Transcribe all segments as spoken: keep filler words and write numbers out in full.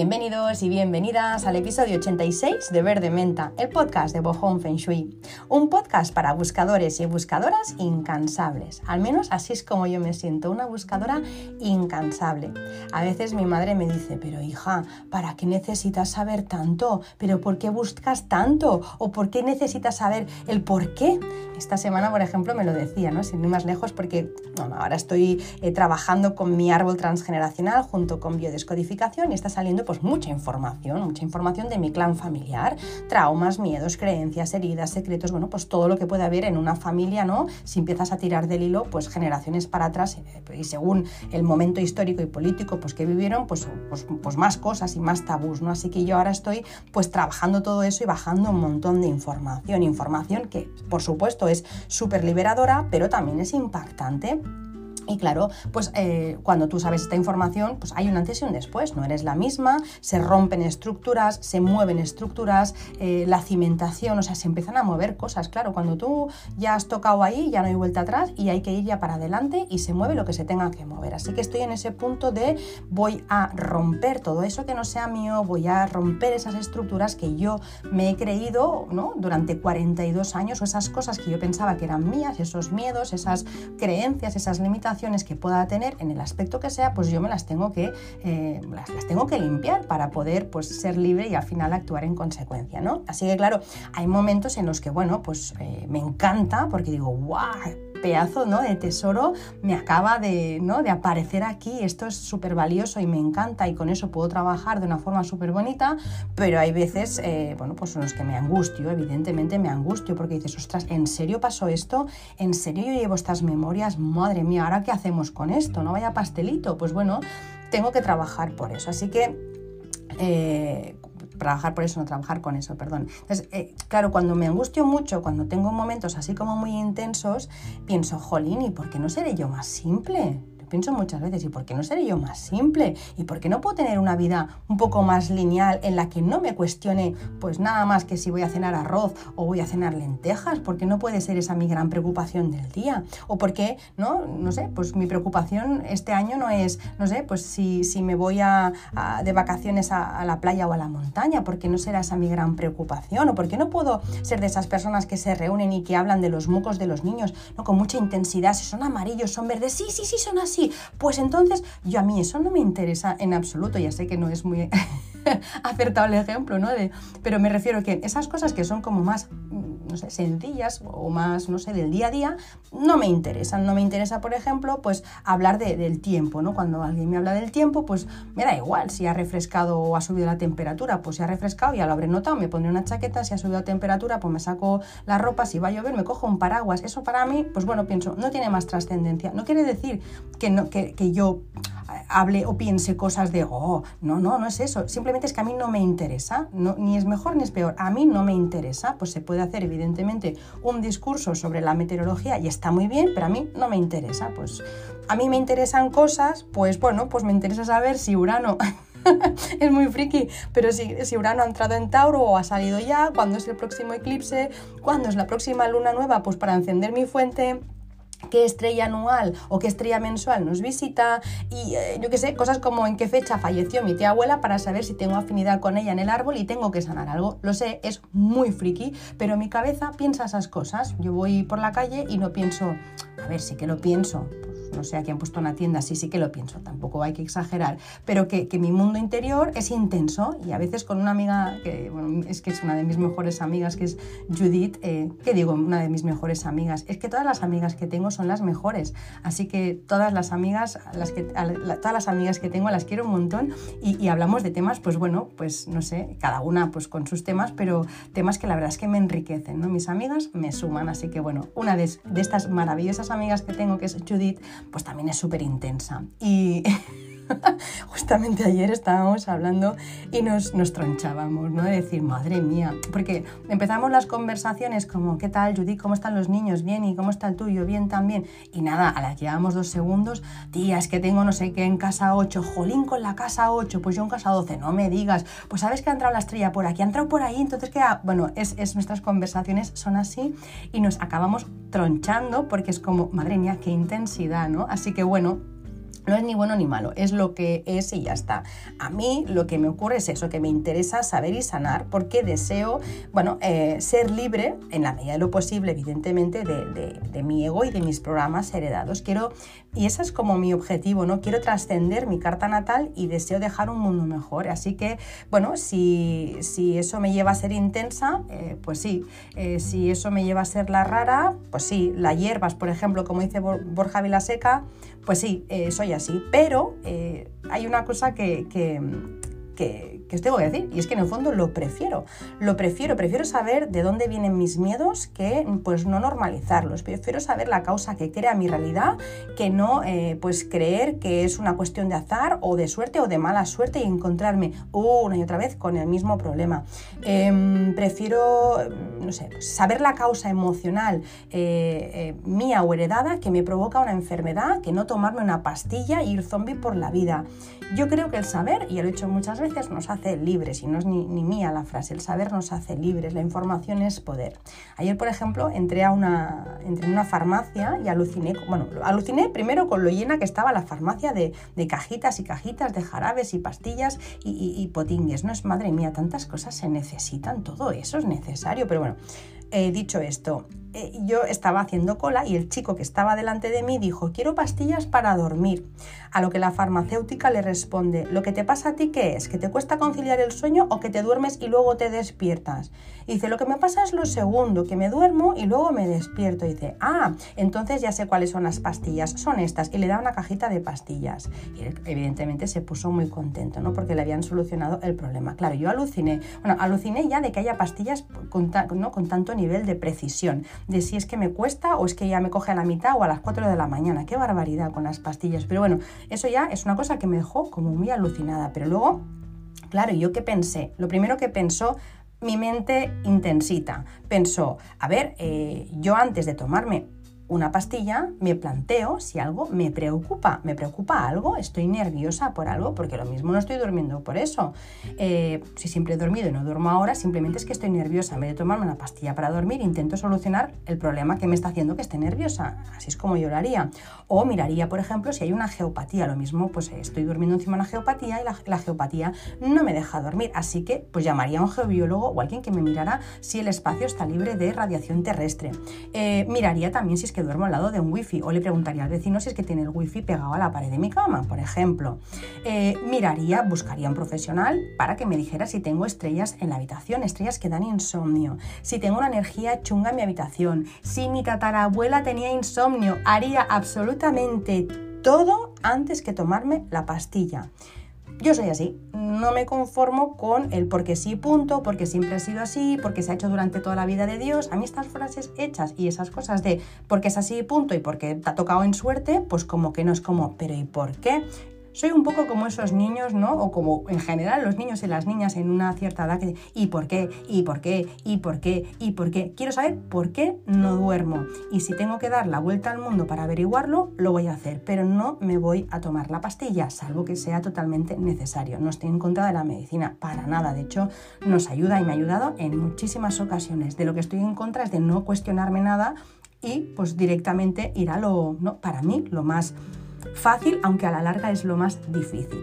Bienvenidos y bienvenidas al episodio ochenta y seis de Verde Menta, el podcast de Bohong Feng Shui. Un podcast para buscadores y buscadoras incansables. Al menos así es como yo me siento, una buscadora incansable. A veces mi madre me dice, pero hija, ¿para qué necesitas saber tanto? ¿Pero por qué buscas tanto? ¿O por qué necesitas saber el por qué? Esta semana, por ejemplo, me lo decía, ¿no? Sin ir más lejos, porque bueno, ahora estoy eh, trabajando con mi árbol transgeneracional junto con biodescodificación y está saliendo pues mucha información, mucha información de mi clan familiar, traumas, miedos, creencias, heridas, secretos, bueno, pues todo lo que puede haber en una familia, ¿no? Si empiezas a tirar del hilo, pues generaciones para atrás y según el momento histórico y político pues que vivieron, pues, pues, pues más cosas y más tabús, ¿no? Así que yo ahora estoy pues trabajando todo eso y bajando un montón de información, información que por supuesto es súper liberadora, pero también es impactante. Y claro, pues eh, cuando tú sabes esta información, pues hay un antes y un después, no eres la misma, se rompen estructuras, se mueven estructuras, eh, la cimentación, o sea, se empiezan a mover cosas, claro, cuando tú ya has tocado ahí, ya no hay vuelta atrás y hay que ir ya para adelante y se mueve lo que se tenga que mover. Así que estoy en ese punto de voy a romper todo eso que no sea mío, voy a romper esas estructuras que yo me he creído, ¿no? Durante cuarenta y dos años, o esas cosas que yo pensaba que eran mías, esos miedos, esas creencias, esas limitaciones que pueda tener en el aspecto que sea, pues yo me las tengo que eh, las, las tengo que limpiar para poder pues ser libre y al final actuar en consecuencia, ¿no? Así que claro, hay momentos en los que bueno, pues eh, me encanta porque digo, ¡guau! Pedazo, ¿no? de tesoro me acaba de, ¿no? de aparecer aquí, esto es súper valioso y me encanta y con eso puedo trabajar de una forma súper bonita, pero hay veces, eh, bueno, pues en los que me angustio, evidentemente me angustio porque dices, ostras, ¿en serio pasó esto? ¿En serio yo llevo estas memorias? Madre mía, ¿ahora qué hacemos con esto? ¿No vaya pastelito? Pues bueno, tengo que trabajar por eso, así que eh, trabajar por eso, no trabajar con eso, perdón. Entonces, eh, claro, cuando me angustio mucho, cuando tengo momentos así como muy intensos, pienso, jolín, ¿y por qué no seré yo más simple? Pienso muchas veces, ¿y por qué no seré yo más simple? ¿Y por qué no puedo tener una vida un poco más lineal en la que no me cuestione pues nada más que si voy a cenar arroz o voy a cenar lentejas? ¿Por qué no puede ser esa mi gran preocupación del día? ¿O por qué, no, no sé, pues mi preocupación este año no es, no sé, pues si, si me voy a, a, de vacaciones a, a la playa o a la montaña? ¿Por qué no será esa mi gran preocupación? ¿O por qué no puedo ser de esas personas que se reúnen y que hablan de los mocos de los niños, ¿no? Con mucha intensidad? Si son amarillos, son verdes, sí, sí, sí, son así. Pues entonces, yo a mí eso no me interesa en absoluto, ya sé que no es muy acertado el ejemplo, ¿no? De, pero me refiero que esas cosas que son como más, no sé, sencillas o más, no sé, del día a día, no me interesan. No me interesa, por ejemplo, pues hablar de, del tiempo, ¿no? Cuando alguien me habla del tiempo, pues me da igual si ha refrescado o ha subido la temperatura, pues si ha refrescado ya lo habré notado, me pondré una chaqueta, si ha subido la temperatura, pues me saco la ropa, si va a llover me cojo un paraguas. Eso para mí, pues bueno, pienso, no tiene más trascendencia. No quiere decir que, no, que, que yo hable o piense cosas de, oh, no, no, no es eso. Simplemente es que a mí no me interesa, no, ni es mejor ni es peor. A mí no me interesa. Pues se puede hacer, evidentemente, un discurso sobre la meteorología y está muy bien, pero a mí no me interesa. Pues a mí me interesan cosas, pues bueno, pues me interesa saber si Urano... es muy friki, pero si, si Urano ha entrado en Tauro o ha salido ya, cuándo es el próximo eclipse, cuándo es la próxima luna nueva, pues para encender mi fuente... qué estrella anual o qué estrella mensual nos visita y eh, yo qué sé, cosas como en qué fecha falleció mi tía abuela para saber si tengo afinidad con ella en el árbol y tengo que sanar algo. Lo sé, es muy friki, pero mi cabeza piensa esas cosas. Yo voy por la calle y no pienso, a ver, sí que lo pienso, pues no sé, aquí han puesto una tienda, sí, sí que lo pienso, tampoco hay que exagerar, pero que, que mi mundo interior es intenso y a veces con una amiga, que bueno, es que es una de mis mejores amigas, que es Judith, eh, ¿qué digo? Una de mis mejores amigas, es que todas las amigas que tengo son las mejores, así que todas las amigas, las que, a la, todas las amigas que tengo las quiero un montón y, y hablamos de temas, pues bueno, pues no sé, cada una pues con sus temas, pero temas que la verdad es que me enriquecen, ¿no? Mis amigas me suman, así que bueno, una de, de estas maravillosas amigas que tengo, que es Judith, pues también es súper intensa y... Justamente ayer estábamos hablando y nos, nos tronchábamos, ¿no? De decir, madre mía, porque empezamos las conversaciones como, ¿qué tal, Judith? ¿Cómo están los niños? Bien, ¿y cómo está el tuyo? Bien también. Y nada, a la que llevamos dos segundos, tía, es que tengo no sé qué en casa ocho, jolín con la casa ocho, pues yo en casa doce, no me digas, pues sabes que ha entrado la estrella por aquí, ha entrado por ahí, entonces que, bueno, es, es nuestras conversaciones son así y nos acabamos tronchando porque es como, madre mía, qué intensidad, ¿no? Así que bueno, No es ni bueno ni malo, es lo que es y ya está. A mí lo que me ocurre es eso, que me interesa saber y sanar porque deseo, bueno, eh, ser libre en la medida de lo posible, evidentemente, de, de, de mi ego y de mis programas heredados. Quiero, y ese es como mi objetivo, ¿no? Quiero trascender mi carta natal y deseo dejar un mundo mejor. Así que, bueno, si, si eso me lleva a ser intensa, eh, pues sí. Eh, si eso me lleva a ser la rara, pues sí. La hierbas, por ejemplo, como dice Borja Vilaseca, pues sí, eh, soy así, pero eh, hay una cosa que, que, que, que os tengo que decir, y es que en el fondo lo prefiero, lo prefiero, prefiero saber de dónde vienen mis miedos que pues no normalizarlos, prefiero saber la causa que crea mi realidad que no eh, pues creer que es una cuestión de azar o de suerte o de mala suerte y encontrarme una y otra vez con el mismo problema. Eh, prefiero, no sé, saber la causa emocional eh, eh, mía o heredada que me provoca una enfermedad, que no tomarme una pastilla e ir zombie por la vida. Yo creo que el saber, y lo he dicho muchas veces, nos hace libres, y no es ni, ni mía la frase, el saber nos hace libres, la información es poder. Ayer, por ejemplo, entré a una, entré en una farmacia y aluciné, bueno, aluciné primero con lo llena que estaba la farmacia de, de cajitas y cajitas, de jarabes y pastillas y, y, y potingues. No es, madre mía, tantas cosas se necesitan, todo eso es necesario, pero bueno. Eh, dicho esto, eh, yo estaba haciendo cola y el chico que estaba delante de mí dijo, quiero pastillas para dormir. A lo que la farmacéutica le responde, ¿lo que te pasa a ti qué es? ¿Que te cuesta conciliar el sueño o que te duermes y luego te despiertas? Y dice, lo que me pasa es lo segundo, que me duermo y luego me despierto. Y dice, ah, entonces ya sé cuáles son las pastillas, son estas. Y le da una cajita de pastillas. Y él, evidentemente se puso muy contento, ¿no? Porque le habían solucionado el problema. Claro, yo aluciné, bueno, aluciné ya de que haya pastillas con, ta- ¿no? con tanto nivel de precisión, de si es que me cuesta o es que ya me coge a la mitad o a las cuatro de la mañana. Qué barbaridad con las pastillas. Pero bueno, eso ya es una cosa que me dejó como muy alucinada. Pero luego, claro, ¿yo qué pensé? Lo primero que pensó mi mente intensita, pensó, a ver, eh, yo antes de tomarme una pastilla me planteo si algo me preocupa. ¿Me preocupa algo? ¿Estoy nerviosa por algo? Porque lo mismo no estoy durmiendo por eso. Eh, si siempre he dormido y no duermo ahora, simplemente es que estoy nerviosa. En vez de tomarme una pastilla para dormir, intento solucionar el problema que me está haciendo que esté nerviosa. Así es como yo lo haría. O miraría, por ejemplo, si hay una geopatía. Lo mismo, pues estoy durmiendo encima de una geopatía y la, la geopatía no me deja dormir. Así que, pues llamaría a un geobiólogo o alguien que me mirara si el espacio está libre de radiación terrestre. Eh, miraría también si es que duermo al lado de un wifi o le preguntaría al vecino si es que tiene el wifi pegado a la pared de mi cama, por ejemplo. Eh, miraría, buscaría un profesional para que me dijera si tengo estrellas en la habitación, estrellas que dan insomnio, si tengo una energía chunga en mi habitación, si mi tatarabuela tenía insomnio, haría absolutamente todo antes que tomarme la pastilla. Yo soy así, no me conformo con el porque sí, punto, porque siempre ha sido así, porque se ha hecho durante toda la vida de Dios. A mí estas frases hechas y esas cosas de porque es así, punto, y porque te ha tocado en suerte, pues como que no es como, pero ¿y por qué? Soy un poco como esos niños, ¿no? O como en general los niños y las niñas en una cierta edad que ¿y por qué? ¿Y por qué? ¿Y por qué? ¿Y por qué? Quiero saber por qué no duermo. Y si tengo que dar la vuelta al mundo para averiguarlo, lo voy a hacer. Pero no me voy a tomar la pastilla, salvo que sea totalmente necesario. No estoy en contra de la medicina, para nada. De hecho, nos ayuda y me ha ayudado en muchísimas ocasiones. De lo que estoy en contra es de no cuestionarme nada y pues directamente ir a lo, ¿no? Para mí, lo más fácil, aunque a la larga es lo más difícil.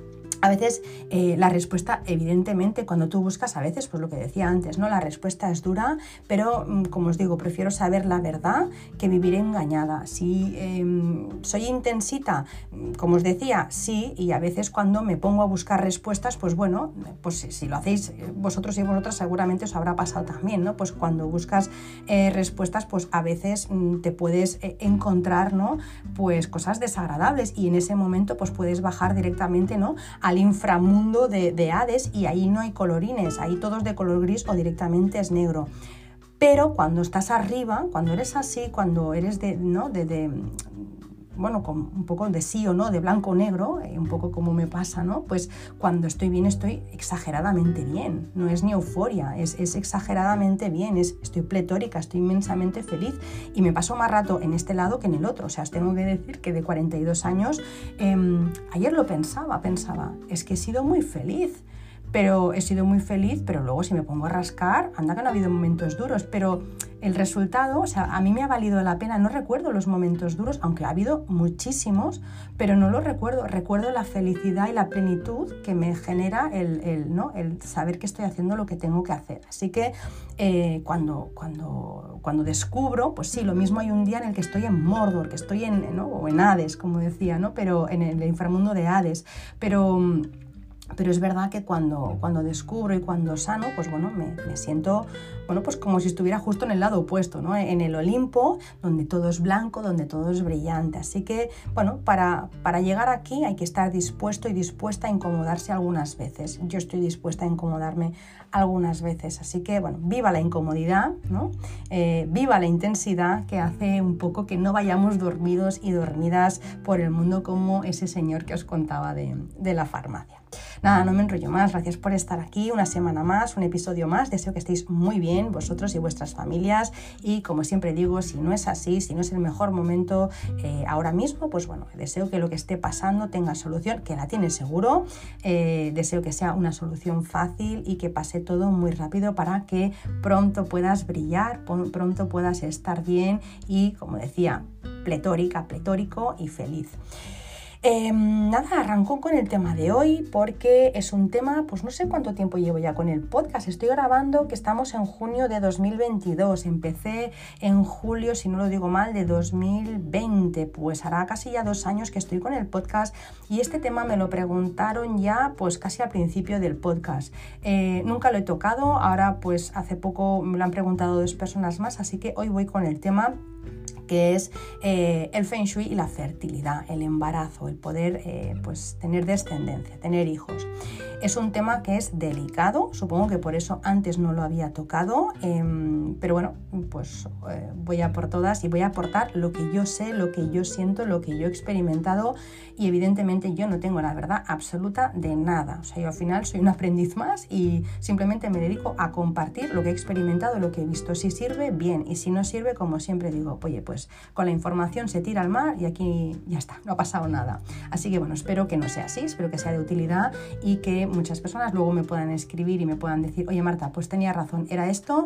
A veces eh, la respuesta, evidentemente, cuando tú buscas, a veces, pues lo que decía antes, ¿no? La respuesta es dura, pero como os digo, prefiero saber la verdad que vivir engañada. Si eh, soy intensita, como os decía, sí, y a veces cuando me pongo a buscar respuestas, pues bueno, pues si lo hacéis vosotros y vosotras seguramente os habrá pasado también, ¿no? Pues cuando buscas eh, respuestas, pues a veces mm, te puedes eh, encontrar, ¿no? Pues cosas desagradables y en ese momento pues puedes bajar directamente, ¿no? Al inframundo de, de Hades y ahí no hay colorines, ahí todo es de color gris o directamente es negro. Pero cuando estás arriba, cuando eres así, cuando eres de, ¿no? de, de bueno, con un poco de sí o no, de blanco o negro, eh, un poco como me pasa, ¿no? Pues cuando estoy bien estoy exageradamente bien, no es ni euforia, es, es exageradamente bien, es, estoy pletórica, estoy inmensamente feliz y me paso más rato en este lado que en el otro. O sea, os tengo que decir que de cuarenta y dos años, eh, ayer lo pensaba, pensaba, es que he sido muy feliz, pero he sido muy feliz, pero luego si me pongo a rascar, anda que no ha habido momentos duros, pero el resultado, o sea, a mí me ha valido la pena, no recuerdo los momentos duros, aunque ha habido muchísimos, pero no los recuerdo, recuerdo la felicidad y la plenitud que me genera el, el, ¿no? el saber que estoy haciendo lo que tengo que hacer. Así que eh, cuando, cuando, cuando descubro, pues sí, lo mismo hay un día en el que estoy en Mordor, que estoy en, ¿no? o en Hades, como decía, ¿no? Pero en el inframundo de Hades, pero... Pero es verdad que cuando, cuando descubro y cuando sano, pues bueno, me, me siento, bueno, pues como si estuviera justo en el lado opuesto, ¿no? En el Olimpo, donde todo es blanco, donde todo es brillante. Así que, bueno, para, para llegar aquí hay que estar dispuesto y dispuesta a incomodarse algunas veces. Yo estoy dispuesta a incomodarme algunas veces. Así que, bueno, viva la incomodidad, ¿no? Eh, viva la intensidad que hace un poco que no vayamos dormidos y dormidas por el mundo como ese señor que os contaba de, de la farmacia. Nada, no me enrollo más, gracias por estar aquí una semana más, un episodio más, deseo que estéis muy bien vosotros y vuestras familias y como siempre digo, si no es así, si no es el mejor momento eh, ahora mismo, pues bueno, deseo que lo que esté pasando tenga solución, que la tiene seguro, eh, deseo que sea una solución fácil y que pase todo muy rápido para que pronto puedas brillar, pronto puedas estar bien y como decía, pletórica, pletórico y feliz. Eh, nada, arranco con el tema de hoy porque es un tema, pues no sé cuánto tiempo llevo ya con el podcast, estoy grabando que estamos en junio de dos mil veintidós, empecé en julio, si no lo digo mal, de dos mil veinte, pues hará casi ya dos años que estoy con el podcast y este tema me lo preguntaron ya pues casi al principio del podcast, eh, nunca lo he tocado, ahora pues hace poco me lo han preguntado dos personas más, así que hoy voy con el tema que es eh, el Feng Shui y la fertilidad, el embarazo, el poder eh, pues, tener descendencia, tener hijos. Es un tema que es delicado, supongo que por eso antes no lo había tocado, eh, pero bueno, pues eh, voy a por todas y voy a aportar lo que yo sé, lo que yo siento, lo que yo he experimentado y evidentemente yo no tengo la verdad absoluta de nada. O sea, yo al final soy un aprendiz más y simplemente me dedico a compartir lo que he experimentado, lo que he visto. Si sirve, bien, y si no sirve, como siempre digo, oye, pues con la información se tira al mar y aquí ya está, no ha pasado nada. Así que bueno, espero que no sea así, espero que sea de utilidad y que muchas personas luego me puedan escribir y me puedan decir, oye Marta, pues tenía razón, era esto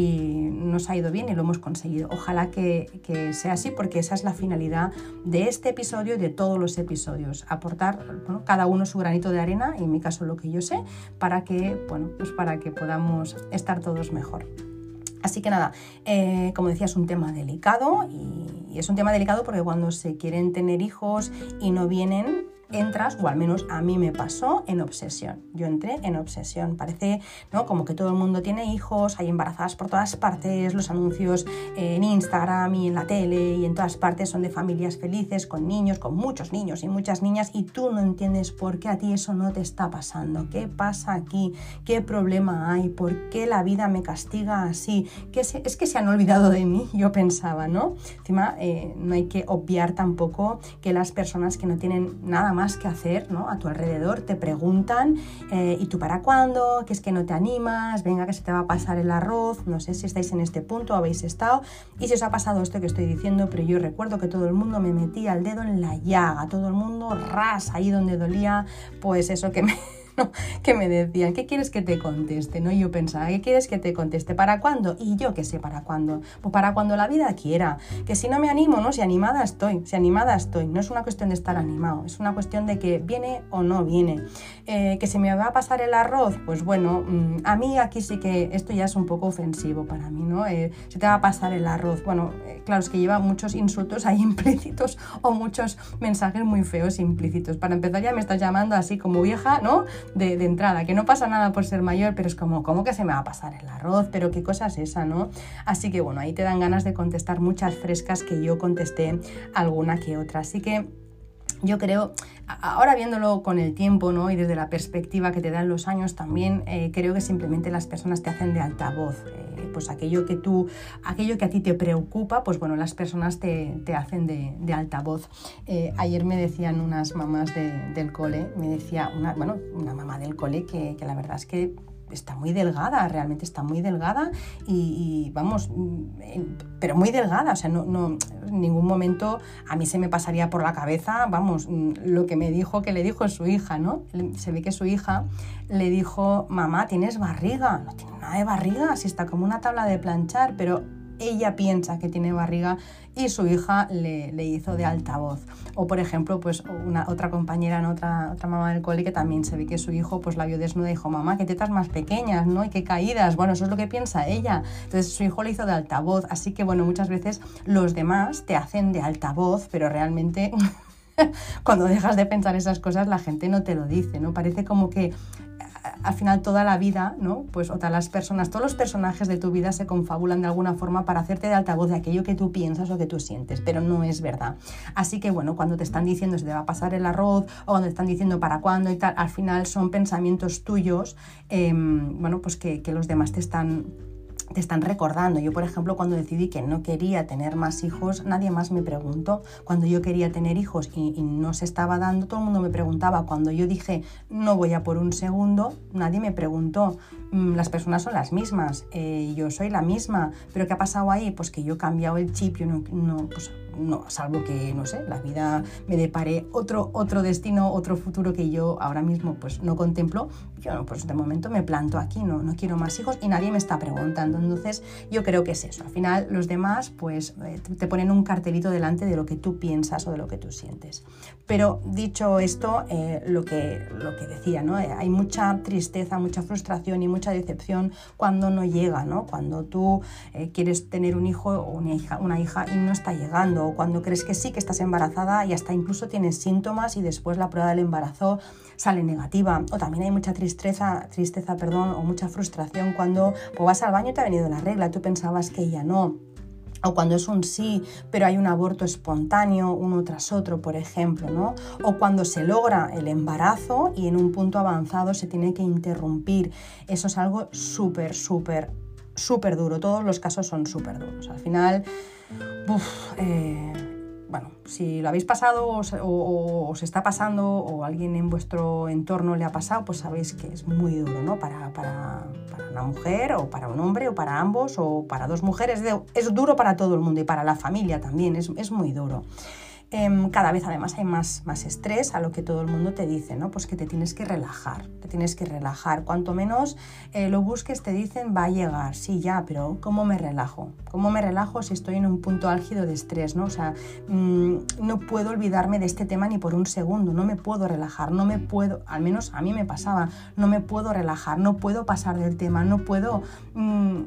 y nos ha ido bien y lo hemos conseguido. Ojalá que, que sea así porque esa es la finalidad de este episodio y de todos los episodios, aportar, bueno, cada uno su granito de arena, y en mi caso lo que yo sé, para que, bueno, pues para que podamos estar todos mejor. Así que nada, eh, como decía, es un tema delicado y, y es un tema delicado porque cuando se quieren tener hijos y no vienen, entras, o al menos a mí me pasó, en obsesión. Yo entré en obsesión. Parece, ¿no?, como que todo el mundo tiene hijos, hay embarazadas por todas partes, los anuncios en Instagram y en la tele y en todas partes son de familias felices, con niños, con muchos niños y muchas niñas, y tú no entiendes por qué a ti eso no te está pasando. ¿Qué pasa aquí? ¿Qué problema hay? ¿Por qué la vida me castiga así? ¿Qué se, es que se han olvidado de mí, yo pensaba, ¿no? Encima, eh, no hay que obviar tampoco que las personas que no tienen nada más que hacer, ¿no?, a tu alrededor te preguntan eh, ¿y tú para cuándo? ¿Qué es que no te animas? Venga, que se te va a pasar el arroz. No sé si estáis en este punto o habéis estado y si os ha pasado esto que estoy diciendo, pero yo recuerdo que todo el mundo me metía el dedo en la llaga, todo el mundo ras ahí donde dolía, pues eso que me... ¿no?, que me decían, ¿qué quieres que te conteste? ¿No? Y yo pensaba, ¿qué quieres que te conteste? ¿Para cuándo? Y yo qué sé para cuándo. Pues para cuando la vida quiera. Que si no me animo, ¿no? Si animada estoy, si animada estoy. No es una cuestión de estar animado, es una cuestión de que viene o no viene. Eh, que se me va a pasar el arroz, pues bueno, mmm, a mí aquí sí que esto ya es un poco ofensivo para mí, ¿no? Eh, se te va a pasar el arroz. Bueno, eh, claro, es que lleva muchos insultos ahí implícitos o muchos mensajes muy feos implícitos. Para empezar ya me estás llamando así como vieja, ¿no? De, de entrada, que no pasa nada por ser mayor, pero es como, ¿cómo que se me va a pasar el arroz? Pero qué cosa es esa, ¿no? Así que bueno, ahí te dan ganas de contestar muchas frescas que yo contesté alguna que otra. Así que yo creo, ahora viéndolo con el tiempo, ¿no?, y desde la perspectiva que te dan los años también, eh, creo que simplemente las personas te hacen de altavoz. Eh, pues aquello que tú, aquello que a ti te preocupa, pues bueno, las personas te, te hacen de, de altavoz. Eh, ayer me decían unas mamás de, del cole, me decía una, bueno, una mamá del cole que, que la verdad es que está muy delgada, realmente está muy delgada y, y vamos, pero muy delgada, o sea, no, no, en ningún momento a mí se me pasaría por la cabeza, vamos, lo que me dijo, que le dijo su hija, ¿no? Se ve que su hija le dijo, mamá, ¿tienes barriga? No tiene nada de barriga, si está como una tabla de planchar, pero ella piensa que tiene barriga y su hija le, le hizo de altavoz. O por ejemplo, pues una otra compañera, ¿no? otra, otra mamá del cole que también se ve que su hijo pues la vio desnuda y dijo, mamá, qué tetas más pequeñas, ¿no? Y qué caídas. Bueno, eso es lo que piensa ella. Entonces su hijo le hizo de altavoz. Así que bueno, muchas veces los demás te hacen de altavoz, pero realmente cuando dejas de pensar esas cosas la gente no te lo dice, ¿no? Parece como que al final toda la vida, ¿no? Pues o todas las personas, todos los personajes de tu vida se confabulan de alguna forma para hacerte de altavoz de aquello que tú piensas o que tú sientes, pero no es verdad. Así que bueno, cuando te están diciendo se te va a pasar el arroz o cuando te están diciendo para cuándo y tal, al final son pensamientos tuyos, eh, bueno, pues que, que los demás te están... te están recordando. Yo, por ejemplo, cuando decidí que no quería tener más hijos, nadie más me preguntó. Cuando yo quería tener hijos y, y no se estaba dando, todo el mundo me preguntaba. Cuando yo dije, no voy a por un segundo, nadie me preguntó. Las personas son las mismas, eh, yo soy la misma. ¿Pero qué ha pasado ahí? Pues que yo he cambiado el chip, yo no... no pues, no, salvo que, no sé, la vida me depare otro, otro destino, otro futuro que yo ahora mismo pues no contemplo, yo pues de momento me planto aquí, no, no quiero más hijos y nadie me está preguntando. Entonces yo creo que es eso, al final los demás pues eh, te ponen un cartelito delante de lo que tú piensas o de lo que tú sientes. Pero dicho esto, eh, lo, que, lo que decía, ¿no? Eh, hay mucha tristeza, mucha frustración y mucha decepción cuando no llega, ¿no? Cuando tú eh, quieres tener un hijo o una hija, una hija y no está llegando, o cuando crees que sí, que estás embarazada y hasta incluso tienes síntomas y después la prueba del embarazo sale negativa. O también hay mucha tristeza, tristeza perdón, o mucha frustración cuando pues, vas al baño y te ha venido la regla, tú pensabas que ella no. O cuando es un sí, pero hay un aborto espontáneo, uno tras otro, por ejemplo, ¿no? O cuando se logra el embarazo y en un punto avanzado se tiene que interrumpir. Eso es algo súper, súper, súper duro. Todos los casos son súper duros. Al final, uf, eh, bueno, si lo habéis pasado o, o, o os está pasando o alguien en vuestro entorno le ha pasado, pues sabéis que es muy duro, ¿no? Para, para, para una mujer o para un hombre o para ambos o para dos mujeres. Es duro para todo el mundo y para la familia también, es, es muy duro. Eh, cada vez además hay más, más estrés a lo que todo el mundo te dice, ¿no? Pues que te tienes que relajar, te tienes que relajar. Cuanto menos eh, lo busques te dicen va a llegar, sí ya, pero ¿cómo me relajo? ¿Cómo me relajo si estoy en un punto álgido de estrés, ¿no? O sea, mmm, no puedo olvidarme de este tema ni por un segundo, no me puedo relajar, no me puedo, al menos a mí me pasaba, no me puedo relajar, no puedo pasar del tema, no puedo mmm,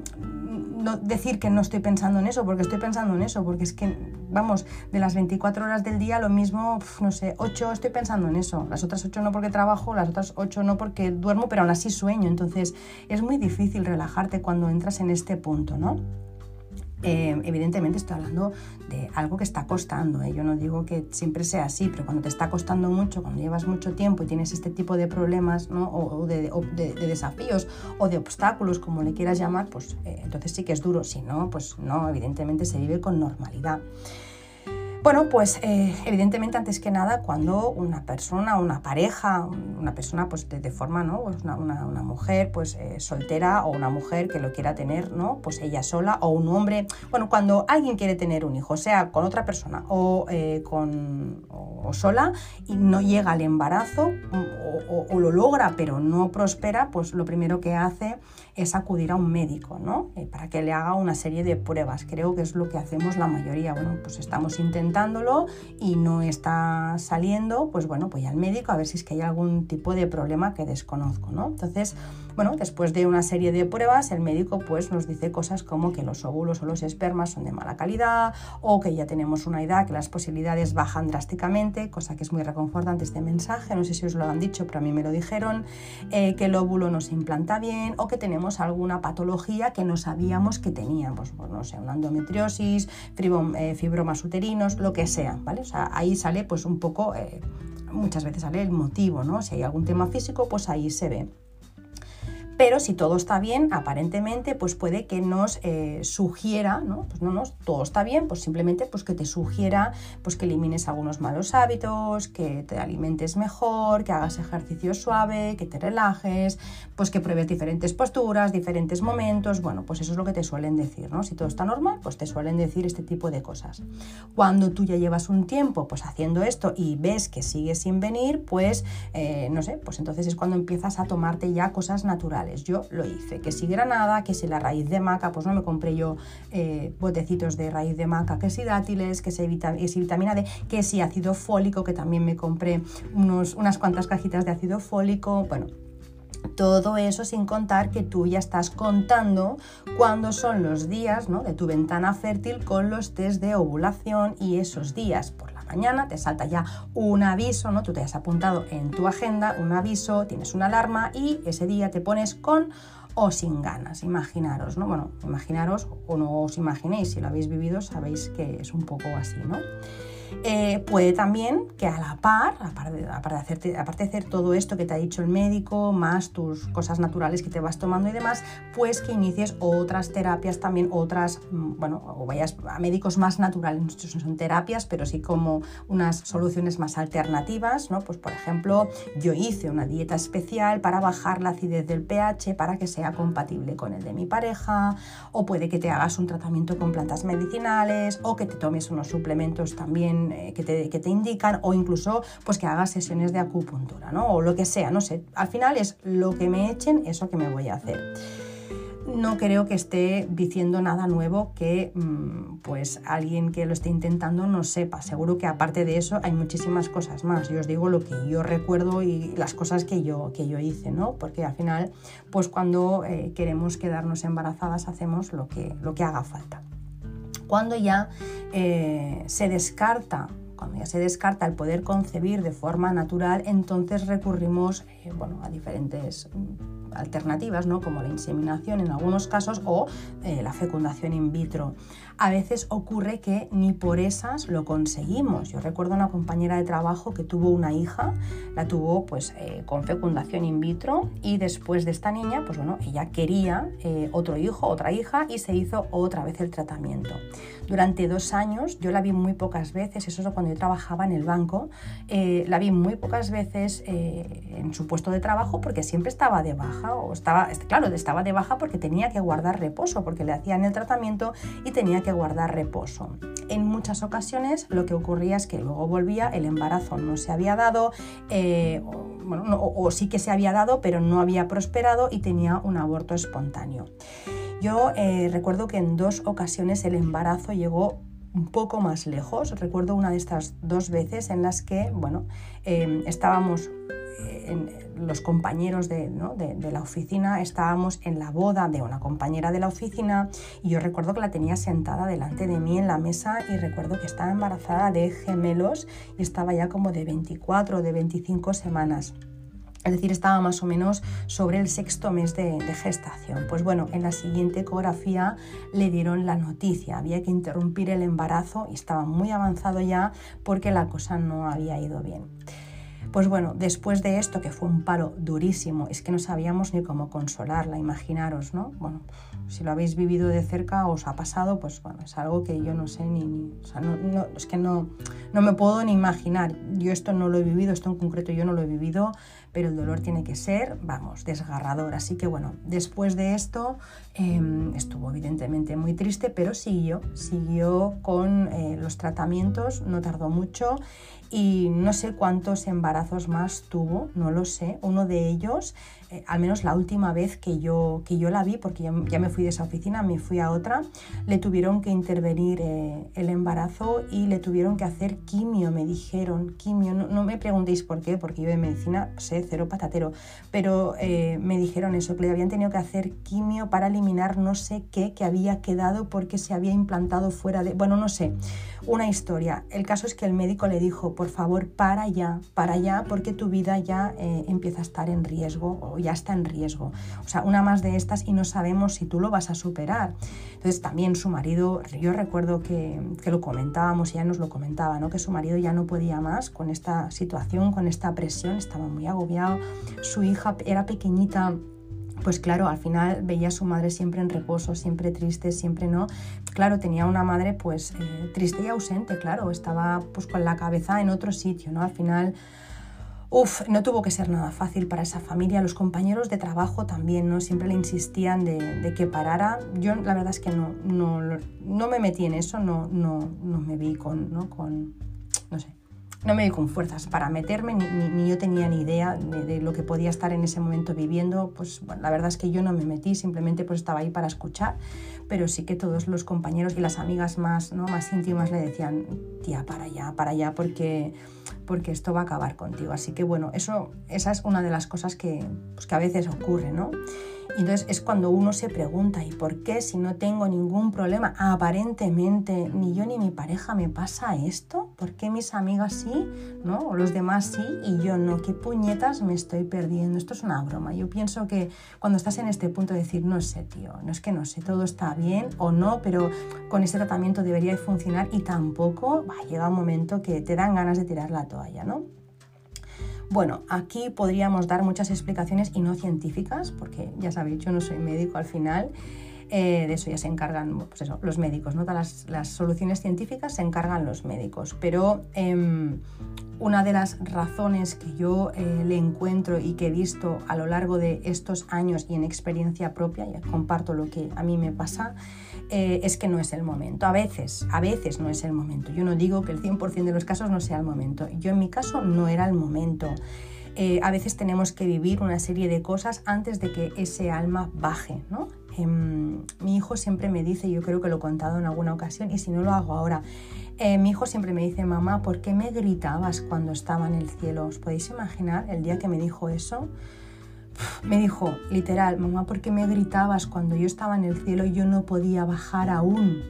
no decir que no estoy pensando en eso, porque estoy pensando en eso, porque es que, vamos, de las veinticuatro horas del día, lo mismo, no sé, ocho estoy pensando en eso, las otras ocho no porque trabajo, las otras ocho no porque duermo, pero aún así sueño. Entonces es muy difícil relajarte cuando entras en este punto, ¿no? Eh, evidentemente estoy hablando de algo que está costando, ¿eh? Yo no digo que siempre sea así, pero cuando te está costando mucho, cuando llevas mucho tiempo y tienes este tipo de problemas, ¿no? o, o, de, o de, de desafíos o de obstáculos, como le quieras llamar, pues eh, entonces sí que es duro. Si no, pues no, evidentemente se vive con normalidad. Bueno, pues eh, evidentemente antes que nada cuando una persona, una pareja, una persona pues de, de forma, ¿no? Pues una, una, una mujer pues eh, soltera o una mujer que lo quiera tener, ¿no? Pues ella sola o un hombre, bueno, cuando alguien quiere tener un hijo, sea con otra persona o, eh, con, o, o sola y no llega al embarazo o, o, o lo logra pero no prospera, pues lo primero que hace es acudir a un médico, ¿no? Eh, para que le haga una serie de pruebas. Creo que es lo que hacemos la mayoría. Bueno, pues estamos intentándolo y no está saliendo, pues bueno, voy al médico a ver si es que hay algún tipo de problema que desconozco, ¿no? Entonces, bueno, después de una serie de pruebas, el médico pues nos dice cosas como que los óvulos o los espermas son de mala calidad o que ya tenemos una edad que las posibilidades bajan drásticamente, cosa que es muy reconfortante este mensaje, no sé si os lo han dicho, pero a mí me lo dijeron, eh, que el óvulo no se implanta bien o que tenemos alguna patología que no sabíamos que teníamos, pues no sé, una endometriosis, fibrom, eh, fibromas uterinos, lo que sea, ¿vale? O sea, ahí sale pues un poco, eh, muchas veces sale el motivo, ¿no? Si hay algún tema físico, pues ahí se ve. Pero si todo está bien, aparentemente, pues puede que nos eh, sugiera, ¿no? Pues no, no, todo está bien, pues simplemente pues que te sugiera pues que elimines algunos malos hábitos, que te alimentes mejor, que hagas ejercicio suave, que te relajes, pues que pruebes diferentes posturas, diferentes momentos. Bueno, pues eso es lo que te suelen decir, ¿no? Si todo está normal, pues te suelen decir este tipo de cosas. Cuando tú ya llevas un tiempo pues haciendo esto y ves que sigue sin venir, pues eh, no sé, pues entonces es cuando empiezas a tomarte ya cosas naturales. Yo lo hice, que si granada, que si la raíz de maca, pues no me compré yo eh, botecitos de raíz de maca, que si dátiles, que si, vita, que si vitamina D, que si ácido fólico, que también me compré unos, unas cuantas cajitas de ácido fólico. Bueno, todo eso sin contar que tú ya estás contando cuándo son los días, ¿no?, de tu ventana fértil con los test de ovulación, y esos días por la mañana te salta ya un aviso, ¿no? Tú te has apuntado en tu agenda un aviso, tienes una alarma y ese día te pones con o sin ganas. Imaginaros, ¿no? Bueno, imaginaros o no os imaginéis, si lo habéis vivido sabéis que es un poco así, ¿no? Eh, puede también que a la par, aparte de, aparte, de hacerte, aparte de hacer todo esto que te ha dicho el médico, más tus cosas naturales que te vas tomando y demás, pues que inicies otras terapias también, otras, bueno, o vayas a médicos más naturales, no son terapias, pero sí como unas soluciones más alternativas, ¿no? Pues por ejemplo, yo hice una dieta especial para bajar la acidez del pH para que sea compatible con el de mi pareja, o puede que te hagas un tratamiento con plantas medicinales, o que te tomes unos suplementos también Que te, que te indican, o incluso pues que hagas sesiones de acupuntura, ¿no? O lo que sea, no sé, al final es lo que me echen, eso que me voy a hacer. No creo que esté diciendo nada nuevo que pues alguien que lo esté intentando no sepa. Seguro que aparte de eso hay muchísimas cosas más. Yo os digo lo que yo recuerdo y las cosas que yo, que yo hice, ¿no? Porque al final, pues cuando eh, queremos quedarnos embarazadas hacemos lo que, lo que haga falta. Cuando ya eh, se descarta, cuando ya se descarta el poder concebir de forma natural, entonces recurrimos eh, bueno, a diferentes alternativas, ¿no? Como la inseminación en algunos casos o eh, la fecundación in vitro. A veces ocurre que ni por esas lo conseguimos. Yo recuerdo una compañera de trabajo que tuvo una hija, la tuvo pues eh, con fecundación in vitro, y después de esta niña, pues bueno, ella quería eh, otro hijo, otra hija, y se hizo otra vez el tratamiento. Durante dos años, yo la vi muy pocas veces, eso es cuando yo trabajaba en el banco, eh, la vi muy pocas veces eh, en su puesto de trabajo porque siempre estaba de baja, o estaba, claro, estaba de baja porque tenía que guardar reposo, porque le hacían el tratamiento y tenía que guardar reposo. En muchas ocasiones lo que ocurría es que luego volvía, el embarazo no se había dado, eh, o, bueno, no, o, o sí que se había dado, pero no había prosperado y tenía un aborto espontáneo. Yo eh, recuerdo que en dos ocasiones el embarazo llegó un poco más lejos. Recuerdo una de estas dos veces en las que, bueno, eh, estábamos, eh, en, los compañeros de, ¿no? de, de la oficina, estábamos en la boda de una compañera de la oficina, y yo recuerdo que la tenía sentada delante de mí en la mesa, y recuerdo que estaba embarazada de gemelos y estaba ya como de veinticuatro o de veinticinco semanas. Es decir, estaba más o menos sobre el sexto mes de, de gestación. Pues bueno, en la siguiente ecografía le dieron la noticia. Había que interrumpir el embarazo y estaba muy avanzado ya porque la cosa no había ido bien. Pues bueno, después de esto, que fue un palo durísimo, es que no sabíamos ni cómo consolarla, imaginaros, ¿no? Bueno, si lo habéis vivido de cerca o os ha pasado, pues bueno, es algo que yo no sé ni... ni o sea, no, no, es que no, no me puedo ni imaginar. Yo esto no lo he vivido, esto en concreto yo no lo he vivido, pero el dolor tiene que ser, vamos, desgarrador. Así que bueno, después de esto eh, estuvo evidentemente muy triste, pero siguió, siguió con eh, los tratamientos, no tardó mucho, y no sé cuántos embarazos más tuvo, no lo sé. Uno de ellos, eh, al menos la última vez que yo, que yo la vi, porque ya, ya me fui de esa oficina, me fui a otra, le tuvieron que intervenir eh, el embarazo y le tuvieron que hacer quimio, me dijeron, quimio, no, no me preguntéis por qué, porque yo de medicina sé cero patatero, pero eh, me dijeron eso, que le habían tenido que hacer quimio para eliminar no sé qué que había quedado porque se había implantado fuera de... Bueno, no sé, una historia. El caso es que el médico le dijo, por favor, para ya, para ya, porque tu vida ya eh, empieza a estar en riesgo, o ya está en riesgo. O sea, una más de estas y no sabemos si tú lo vas a superar. Entonces también su marido, yo recuerdo que, que lo comentábamos, y ella nos lo comentaba, ¿no? Que su marido ya no podía más con esta situación, con esta presión, estaba muy agobiado. Su hija era pequeñita, pues claro, al final veía a su madre siempre en reposo, siempre triste, siempre no. Claro, tenía una madre pues eh, triste y ausente, claro, estaba pues con la cabeza en otro sitio, ¿no? Al final, uff, no tuvo que ser nada fácil para esa familia. Los compañeros de trabajo también, ¿no? Siempre le insistían de, de que parara. Yo la verdad es que no, no, no me metí en eso, no, no, no me vi con, ¿no? con, no sé. No me vi con fuerzas para meterme, ni, ni, ni yo tenía ni idea de, de lo que podía estar en ese momento viviendo. Pues bueno, la verdad es que yo no me metí, simplemente pues estaba ahí para escuchar, pero sí que todos los compañeros y las amigas más, ¿no? más íntimas le decían, tía, para allá, para allá, porque, porque esto va a acabar contigo. Así que bueno, eso, esa es una de las cosas que, pues, que a veces ocurre, ¿no? Y entonces es cuando uno se pregunta, ¿y por qué si no tengo ningún problema? Aparentemente ni yo ni mi pareja me pasa esto. ¿Por qué mis amigas sí, ¿no? O los demás sí y yo no? ¿Qué puñetas me estoy perdiendo? Esto es una broma. Yo pienso que cuando estás en este punto de decir, no sé, tío, no es que no sé, todo está bien o no, pero con ese tratamiento debería funcionar y tampoco, bah, llega un momento que te dan ganas de tirar la toalla, ¿no? Bueno, aquí podríamos dar muchas explicaciones y no científicas, porque ya sabéis, yo no soy médico al final, eh, de eso ya se encargan pues eso, los médicos, ¿no? Las, las soluciones científicas se encargan los médicos, pero eh, una de las razones que yo eh, le encuentro y que he visto a lo largo de estos años y en experiencia propia, ya comparto lo que a mí me pasa, eh, es que no es el momento. A veces, a veces no es el momento. Yo no digo que el cien por ciento de los casos no sea el momento. Yo en mi caso no era el momento. Eh, a veces tenemos que vivir una serie de cosas antes de que ese alma baje, ¿no? Eh, mi hijo siempre me dice, yo creo que lo he contado en alguna ocasión y si no lo hago ahora, eh, mi hijo siempre me dice, mamá, ¿por qué me gritabas cuando estaba en el cielo? ¿Os podéis imaginar el día que me dijo eso? Me dijo, literal, mamá, ¿por qué me gritabas cuando yo estaba en el cielo y yo no podía bajar aún?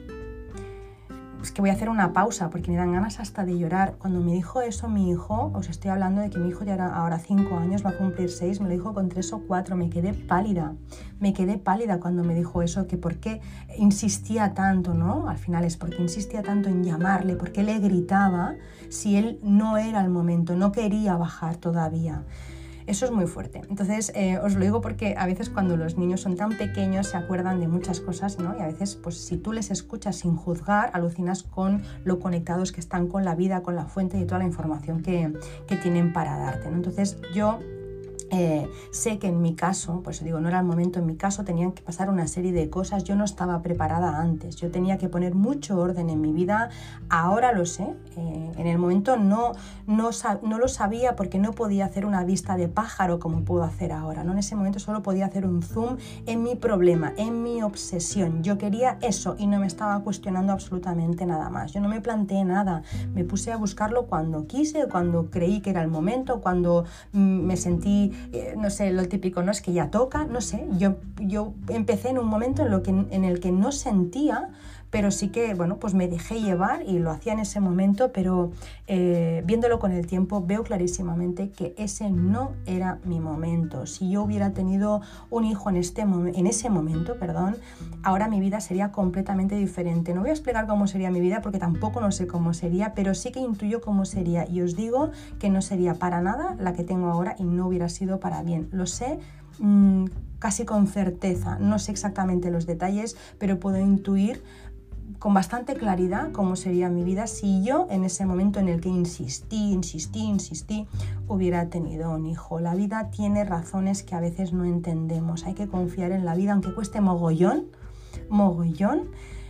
Es que voy a hacer una pausa porque me dan ganas hasta de llorar. Cuando me dijo eso mi hijo, os estoy hablando de que mi hijo ya era ahora cinco años, va a cumplir seis, me lo dijo con tres o cuatro, me quedé pálida. Me quedé pálida cuando me dijo eso, que por qué insistía tanto, ¿no? Al final es porque insistía tanto en llamarle, porque le gritaba si él no era el momento, no quería bajar todavía. Eso es muy fuerte. Entonces, eh, os lo digo porque a veces cuando los niños son tan pequeños se acuerdan de muchas cosas, ¿no? Y a veces, pues si tú les escuchas sin juzgar, alucinas con lo conectados que están con la vida, con la fuente y toda la información que, que tienen para darte, ¿no? Entonces, yo... Eh, sé que en mi caso, pues digo, no era el momento, en mi caso tenían que pasar una serie de cosas, yo no estaba preparada antes, yo tenía que poner mucho orden en mi vida, ahora lo sé, eh, en el momento no, no, no lo sabía porque no podía hacer una vista de pájaro como puedo hacer ahora, ¿no? En ese momento solo podía hacer un zoom en mi problema, en mi obsesión, yo quería eso y no me estaba cuestionando absolutamente nada más, yo no me planteé nada, me puse a buscarlo cuando quise, cuando creí que era el momento, cuando mm, me sentí Eh, no sé, lo típico, ¿no? Es que ya toca, no sé, yo, yo empecé en un momento en, lo que, en el que no sentía, pero sí que, bueno, pues me dejé llevar y lo hacía en ese momento, pero eh, viéndolo con el tiempo veo clarísimamente que ese no era mi momento. Si yo hubiera tenido un hijo en, este mom- en ese momento, perdón, ahora mi vida sería completamente diferente. No voy a explicar cómo sería mi vida porque tampoco no sé cómo sería, pero sí que intuyo cómo sería y os digo que no sería para nada la que tengo ahora y no hubiera sido para bien. Lo sé mmm, casi con certeza, no sé exactamente los detalles, pero puedo intuir con bastante claridad cómo sería mi vida si yo en ese momento en el que insistí, insistí, insistí, hubiera tenido un hijo. La vida tiene razones que a veces no entendemos. Hay que confiar en la vida, aunque cueste mogollón, mogollón,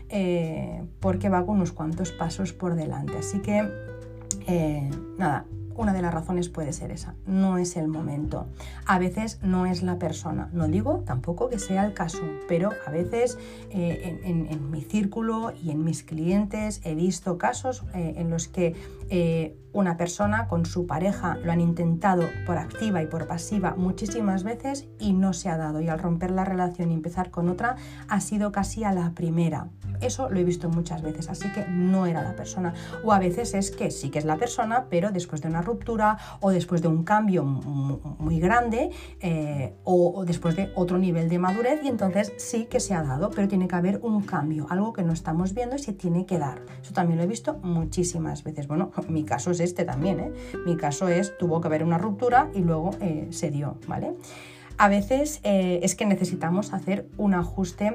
eh, porque va con unos cuantos pasos por delante. Así que, eh, nada, una de las razones puede ser esa, no es el momento. A veces no es la persona, no digo tampoco que sea el caso, pero a veces eh, en, en, en mi círculo y en mis clientes he visto casos eh, en los que eh, una persona con su pareja lo han intentado por activa y por pasiva muchísimas veces y no se ha dado, y al romper la relación y empezar con otra ha sido casi a la primera. Eso lo he visto muchas veces, así que no era la persona. O a veces es que sí que es la persona, pero después de una ruptura o después de un cambio muy grande eh, o, o después de otro nivel de madurez, y entonces sí que se ha dado, pero tiene que haber un cambio, algo que no estamos viendo y se tiene que dar. Eso también lo he visto muchísimas veces. Bueno, mi caso es este también, ¿eh? Mi caso es, tuvo que haber una ruptura y luego eh, se dio, ¿vale? A veces eh, es que necesitamos hacer un ajuste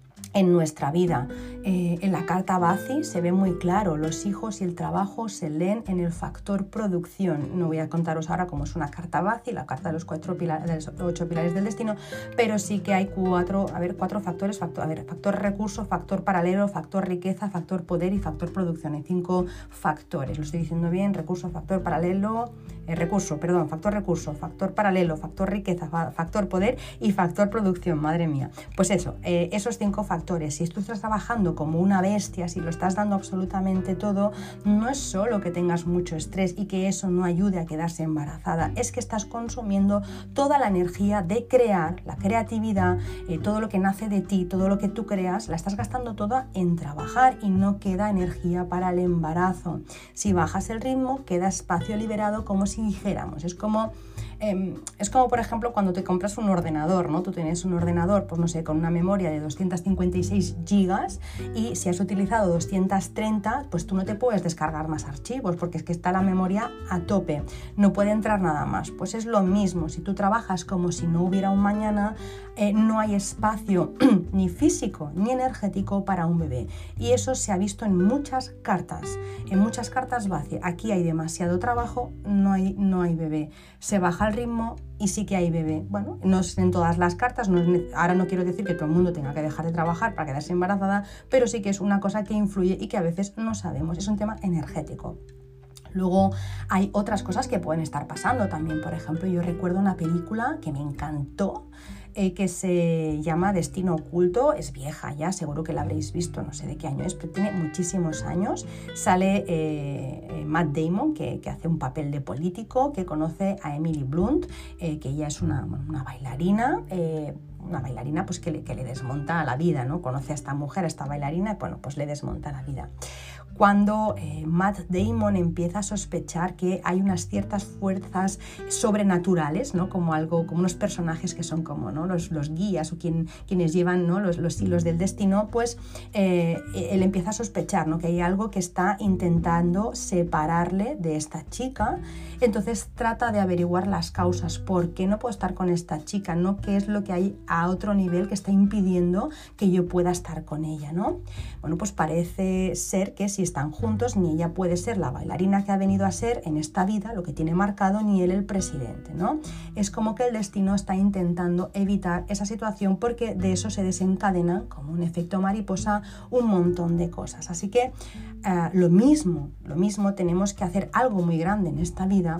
en nuestra vida. Eh, en la carta Bazi se ve muy claro, los hijos y el trabajo se leen en el factor producción. No voy a contaros ahora cómo es una carta Bazi, la carta de los, cuatro pilares, de los ocho pilares del destino, pero sí que hay cuatro, a ver, cuatro factores, factor, a ver, factor recurso, factor paralelo, factor riqueza, factor poder y factor producción. Hay cinco factores, lo estoy diciendo bien, recurso, factor paralelo, eh, recurso, perdón, factor recurso, factor paralelo, factor riqueza, fa- factor poder y factor producción, madre mía. Pues eso, eh, esos cinco factores, si tú estás trabajando como una bestia, si lo estás dando absolutamente todo, no es solo que tengas mucho estrés y que eso no ayude a quedarse embarazada, es que estás consumiendo toda la energía de crear, la creatividad, eh, todo lo que nace de ti, todo lo que tú creas, la estás gastando toda en trabajar y no queda energía para el embarazo. Si bajas el ritmo, queda espacio liberado, como si dijéramos, es como... Eh, es como, por ejemplo, cuando te compras un ordenador, ¿no? Tú tienes un ordenador, pues no sé, con una memoria de doscientos cincuenta y seis gigas y si has utilizado doscientos treinta, pues tú no te puedes descargar más archivos porque es que está la memoria a tope, no puede entrar nada más. Pues es lo mismo, si tú trabajas como si no hubiera un mañana, eh, no hay espacio ni físico ni energético para un bebé. Y eso se ha visto en muchas cartas, en muchas cartas Bazi. Aquí hay demasiado trabajo, no hay, no hay bebé. Se baja el ritmo y sí que hay bebé. Bueno, no es en todas las cartas, no es, ahora no quiero decir que todo el mundo tenga que dejar de trabajar para quedarse embarazada, pero sí que es una cosa que influye y que a veces no sabemos, es un tema energético. Luego hay otras cosas que pueden estar pasando también. Por ejemplo, yo recuerdo una película que me encantó, eh, que se llama Destino Oculto. Es vieja ya, seguro que la habréis visto, no sé de qué año es, pero tiene muchísimos años. Sale eh, Matt Damon, que, que hace un papel de político, que conoce a Emily Blunt, eh, que ella es una, una bailarina, eh, una bailarina pues que le, que le desmonta la vida, ¿no? Conoce a esta mujer, a esta bailarina, y bueno, pues le desmonta la vida. Cuando eh, Matt Damon empieza a sospechar que hay unas ciertas fuerzas sobrenaturales, ¿no? Como algo, como unos personajes que son como, ¿no? los, los guías o quien, quienes llevan, ¿no? los, los hilos del destino, pues eh, él empieza a sospechar, ¿no? Que hay algo que está intentando separarle de esta chica. Entonces trata de averiguar las causas, por qué no puedo estar con esta chica, ¿no? ¿Qué es lo que hay a otro nivel que está impidiendo que yo pueda estar con ella, ¿no? Bueno, pues parece ser que si están juntos, ni ella puede ser la bailarina que ha venido a ser en esta vida, lo que tiene marcado, ni él el presidente, ¿no? Es como que el destino está intentando evitar esa situación porque de eso se desencadena, como un efecto mariposa, un montón de cosas. Así que uh, lo mismo, lo mismo tenemos que hacer algo muy grande en esta vida.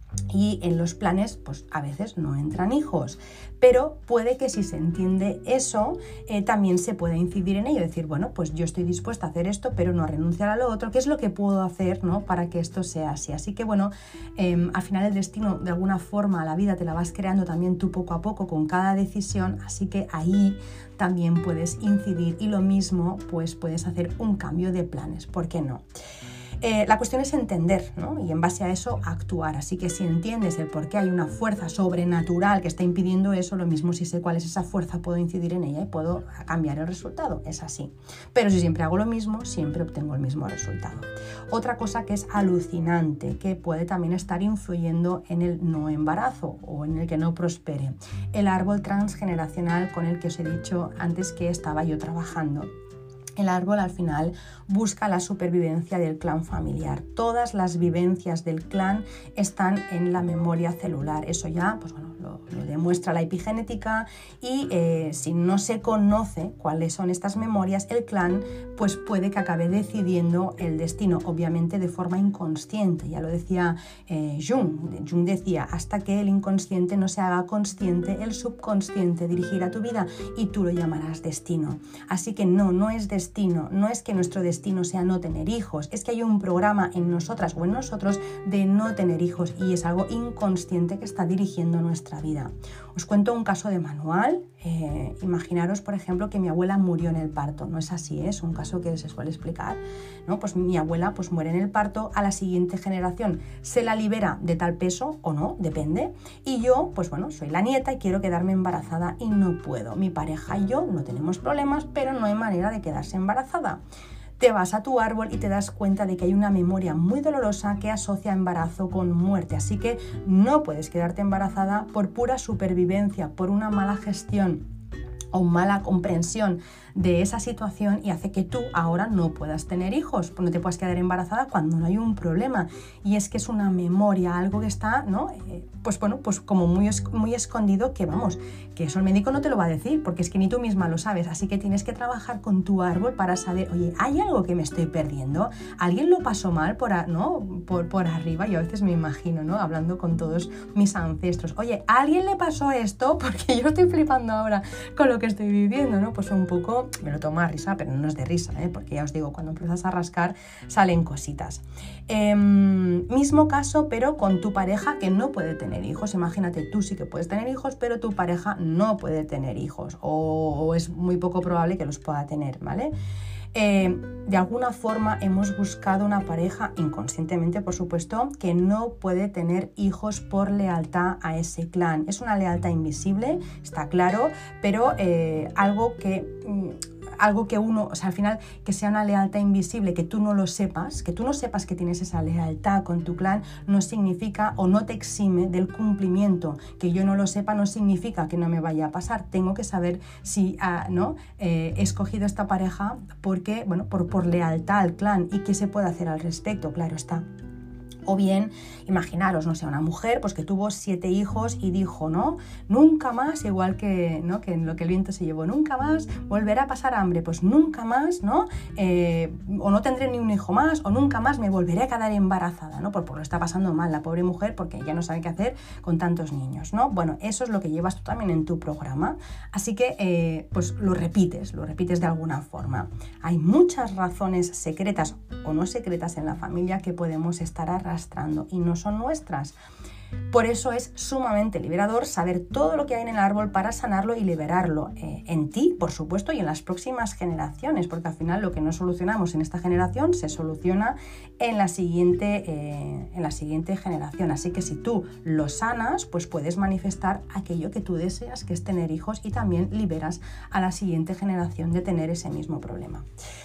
Y en los planes, pues a veces no entran hijos, pero puede que si se entiende eso, eh, también se pueda incidir en ello, decir, bueno, pues yo estoy dispuesta a hacer esto, pero no a renunciar a lo otro, ¿qué es lo que puedo hacer, ¿no? Para que esto sea así? Así que bueno, eh, al final el destino, de alguna forma, la vida te la vas creando también tú poco a poco con cada decisión, así que ahí también puedes incidir y lo mismo, pues puedes hacer un cambio de planes, ¿por qué no? Eh, la cuestión es entender, ¿no? Y en base a eso actuar. Así que si entiendes el por qué hay una fuerza sobrenatural que está impidiendo eso, lo mismo si sé cuál es esa fuerza, puedo incidir en ella y puedo cambiar el resultado. Es así. Pero si siempre hago lo mismo, siempre obtengo el mismo resultado. Otra cosa que es alucinante, que puede también estar influyendo en el no embarazo o en el que no prospere. El árbol transgeneracional con el que os he dicho antes que estaba yo trabajando. El árbol al final busca la supervivencia del clan familiar. Todas las vivencias del clan están en la memoria celular. Eso ya, pues bueno, lo, lo demuestra la epigenética y eh, si no se conoce cuáles son estas memorias, el clan pues puede que acabe decidiendo el destino, obviamente de forma inconsciente. Ya lo decía eh, Jung. Jung decía, hasta que el inconsciente no se haga consciente, el subconsciente dirigirá tu vida y tú lo llamarás destino. Así que no, no es destino. Destino. No es que nuestro destino sea no tener hijos, es que hay un programa en nosotras o en nosotros de no tener hijos y es algo inconsciente que está dirigiendo nuestra vida. Os cuento un caso de manual. Eh, imaginaros, por ejemplo, que mi abuela murió en el parto. No es así, ¿eh? Es un caso que se suele explicar, ¿no? Pues mi abuela pues, muere en el parto, a la siguiente generación se la libera de tal peso o no, depende. Y yo, pues bueno, soy la nieta y quiero quedarme embarazada y no puedo. Mi pareja y yo no tenemos problemas, pero no hay manera de quedarse embarazada. te vas a tu árbol y te das cuenta de que hay una memoria muy dolorosa que asocia embarazo con muerte. Así que no puedes quedarte embarazada por pura supervivencia, por una mala gestión o mala comprensión de esa situación, y hace que tú ahora no puedas tener hijos, no te puedas quedar embarazada cuando no hay un problema. Y es que es una memoria, algo que está, ¿no? Eh, pues bueno, pues como muy, muy escondido, que vamos, que eso el médico no te lo va a decir, porque es que ni tú misma lo sabes. Así que tienes que trabajar con tu árbol para saber, oye, ¿hay algo que me estoy perdiendo? ¿Alguien lo pasó mal por, a, ¿no? por, por arriba? Yo a veces me imagino, ¿no? Hablando con todos mis ancestros, oye, ¿a alguien le pasó esto? Porque yo estoy flipando ahora con lo que estoy viviendo, ¿no? Pues un poco me lo tomo a risa, pero no es de risa, ¿eh? Porque ya os digo, cuando empiezas a rascar salen cositas. Eh, mismo caso, pero con tu pareja que no puede tener hijos. Imagínate, tú sí que puedes tener hijos, pero tu pareja no puede tener hijos, o, o es muy poco probable que los pueda tener, ¿vale? Eh, de alguna forma hemos buscado una pareja, inconscientemente por supuesto, que no puede tener hijos por lealtad a ese clan. Es una lealtad invisible, está claro, pero eh, algo que... Mm, algo que uno, o sea, al final, que sea una lealtad invisible, que tú no lo sepas, que tú no sepas que tienes esa lealtad con tu clan, no significa o no te exime del cumplimiento. Que yo no lo sepa no significa que no me vaya a pasar. Tengo que saber si uh, ¿no? eh, he escogido esta pareja porque, bueno, por, por lealtad al clan, y qué se puede hacer al respecto, claro está. O bien, imaginaros, no sé, una mujer pues que tuvo siete hijos y dijo, ¿no? Nunca más, igual que, ¿no? que en lo que el viento se llevó, nunca más volverá a pasar hambre, pues nunca más, ¿no? Eh, o no tendré ni un hijo más, o nunca más me volveré a quedar embarazada, ¿no? Por, por lo está pasando mal la pobre mujer, porque ya no sabe qué hacer con tantos niños, ¿no? Bueno, eso es lo que llevas tú también en tu programa, así que eh, pues lo repites, lo repites de alguna forma. Hay muchas razones secretas o no secretas en la familia que podemos estar arrastrando y no son nuestras. Por eso es sumamente liberador saber todo lo que hay en el árbol para sanarlo y liberarlo eh, en ti, por supuesto, y en las próximas generaciones, porque al final lo que no solucionamos en esta generación se soluciona en la siguiente, eh, en la siguiente generación. Así que si tú lo sanas, pues puedes manifestar aquello que tú deseas, que es tener hijos, y también liberas a la siguiente generación de tener ese mismo problema.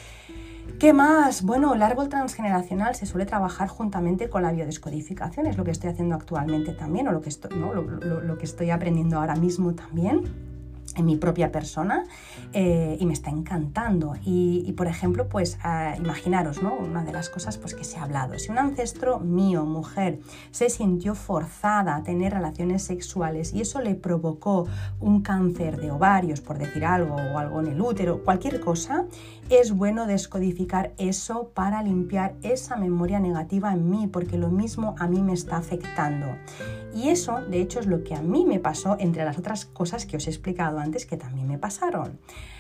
¿Qué más? Bueno, el árbol transgeneracional se suele trabajar juntamente con la biodescodificación, es lo que estoy haciendo actualmente también, o lo que estoy, ¿no? lo, lo, lo que estoy aprendiendo ahora mismo también en mi propia persona, eh, y me está encantando. Y, y por ejemplo, pues uh, imaginaros, ¿no? Una de las cosas pues, que se ha hablado. Si un ancestro mío, mujer, se sintió forzada a tener relaciones sexuales y eso le provocó un cáncer de ovarios, por decir algo, o algo en el útero, cualquier cosa, es bueno descodificar eso para limpiar esa memoria negativa en mí, porque lo mismo a mí me está afectando. Y eso, de hecho, es lo que a mí me pasó, entre las otras cosas que os he explicado antes que también me pasaron.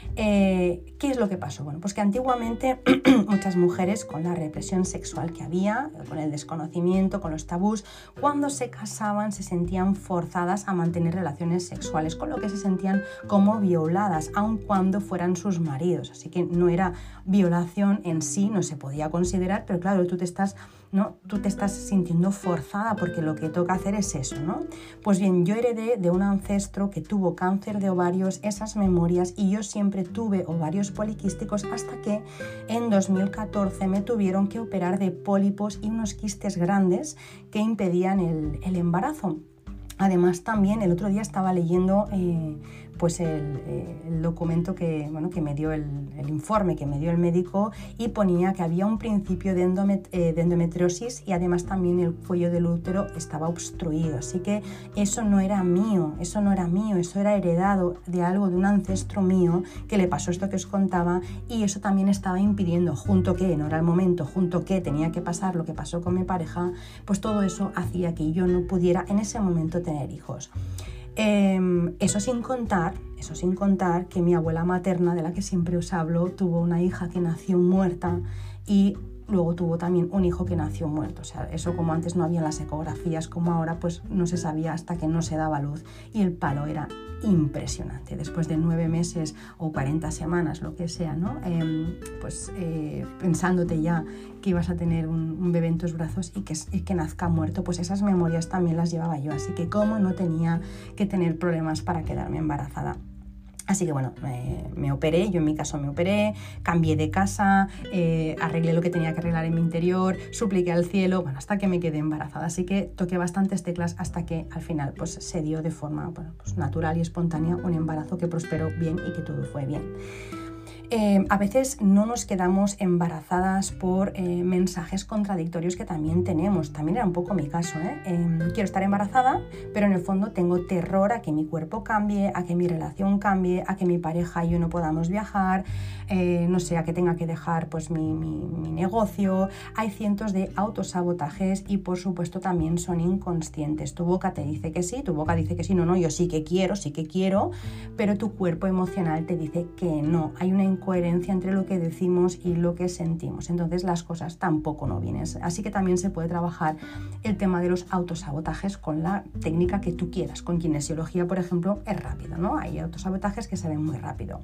Eh, ¿Qué es lo que pasó? Bueno, pues que antiguamente muchas mujeres, con la represión sexual que había, con el desconocimiento, con los tabús, cuando se casaban se sentían forzadas a mantener relaciones sexuales, con lo que se sentían como violadas, aun cuando fueran sus maridos. Así que no era violación en sí, no se podía considerar, pero claro, tú te estás... ¿no? Tú te estás sintiendo forzada porque lo que toca hacer es eso, ¿no? Pues bien, yo heredé de un ancestro que tuvo cáncer de ovarios esas memorias, y yo siempre tuve ovarios poliquísticos hasta que en dos mil catorce me tuvieron que operar de pólipos y unos quistes grandes que impedían el, el embarazo. Además, también el otro día estaba leyendo eh, pues el, eh, el documento que, bueno, que me dio el, el informe que me dio el médico, y ponía que había un principio de, endomet eh, de endometriosis, y además también el cuello del útero estaba obstruido. Así que eso no era mío, eso no era mío, eso era heredado de algo, de un ancestro mío que le pasó esto que os contaba, y eso también estaba impidiendo, junto que no era el momento, junto que tenía que pasar lo que pasó con mi pareja, pues todo eso hacía que yo no pudiera en ese momento tener hijos. Eh, eso sin contar, eso sin contar que mi abuela materna, de la que siempre os hablo, tuvo una hija que nació muerta y luego tuvo también un hijo que nació muerto. O sea, eso, como antes no había las ecografías como ahora, pues no se sabía hasta que no se daba luz, y el palo era impresionante. Después de nueve meses o cuarenta semanas, lo que sea, ¿no? Eh, pues eh, pensándote ya que ibas a tener un, un bebé en tus brazos y que, y que nazca muerto, pues esas memorias también las llevaba yo. Así que como no tenía que tener problemas para quedarme embarazada. Así que bueno, eh, me operé, yo en mi caso me operé, cambié de casa, eh, arreglé lo que tenía que arreglar en mi interior, supliqué al cielo, bueno, hasta que me quedé embarazada. Así que toqué bastantes teclas hasta que al final pues, se dio de forma bueno, pues, natural y espontánea un embarazo que prosperó bien y que todo fue bien. Eh, a veces no nos quedamos embarazadas por eh, mensajes contradictorios que también tenemos. También era un poco mi caso, ¿eh? Eh, quiero estar embarazada, pero en el fondo tengo terror a que mi cuerpo cambie, a que mi relación cambie, a que mi pareja y yo no podamos viajar, eh, no sé, a que tenga que dejar pues, mi, mi, mi negocio. Hay cientos de autosabotajes y por supuesto también son inconscientes. Tu boca te dice que sí, tu boca dice que sí, no, no, yo sí que quiero, sí que quiero, pero tu cuerpo emocional te dice que no. Hay una incoherencia entre lo que decimos y lo que sentimos, entonces las cosas tampoco no vienen. Así que también se puede trabajar el tema de los autosabotajes con la técnica que tú quieras. Con kinesiología, por ejemplo, es rápido, ¿no? Hay autosabotajes que se ven muy rápido.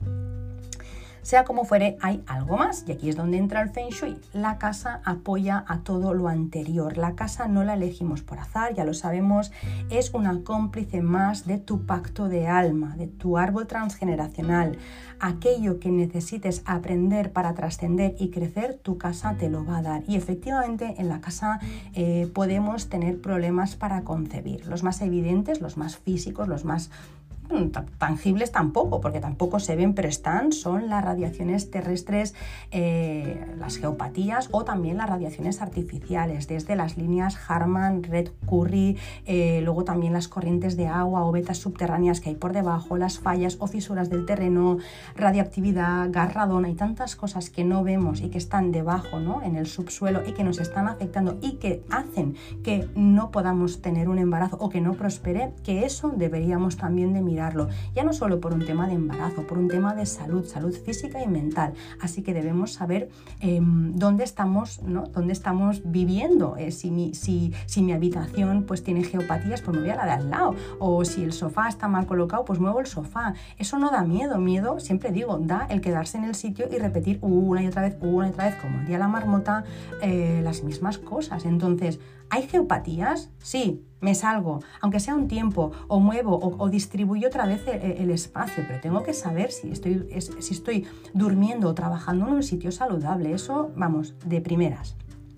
Sea como fuere, hay algo más, y aquí es donde entra el Feng Shui. La casa apoya a todo lo anterior. La casa no la elegimos por azar, ya lo sabemos, es una cómplice más de tu pacto de alma, de tu árbol transgeneracional. Aquello que necesites aprender para trascender y crecer, tu casa te lo va a dar. Y efectivamente en la casa eh, podemos tener problemas para concebir. Los más evidentes, los más físicos, los más tangibles tampoco, porque tampoco se ven, pero están, son las radiaciones terrestres, eh, las geopatías o también las radiaciones artificiales, desde las líneas Harman, Red Curry, eh, luego también las corrientes de agua o vetas subterráneas que hay por debajo, las fallas o fisuras del terreno, radioactividad, gas radón. Hay tantas cosas que no vemos y que están debajo, ¿no?, en el subsuelo y que nos están afectando y que hacen que no podamos tener un embarazo o que no prospere, que eso deberíamos también de mirar. Ya no solo por un tema de embarazo, por un tema de salud, salud física y mental. Así que debemos saber eh, dónde estamos, ¿no? Dónde estamos viviendo. Eh, si, mi, si, si mi habitación pues, tiene geopatías, pues me voy a la de al lado. O si el sofá está mal colocado, pues muevo el sofá. Eso no da miedo. Miedo, siempre digo, da el quedarse en el sitio y repetir una y otra vez, una y otra vez, como día la marmota, eh, las mismas cosas. Entonces, ¿hay geopatías? Sí. Me salgo, aunque sea un tiempo, o muevo o, o distribuyo otra vez el, el espacio, pero tengo que saber si estoy, es, si estoy durmiendo o trabajando en un sitio saludable. Eso, vamos, de primeras.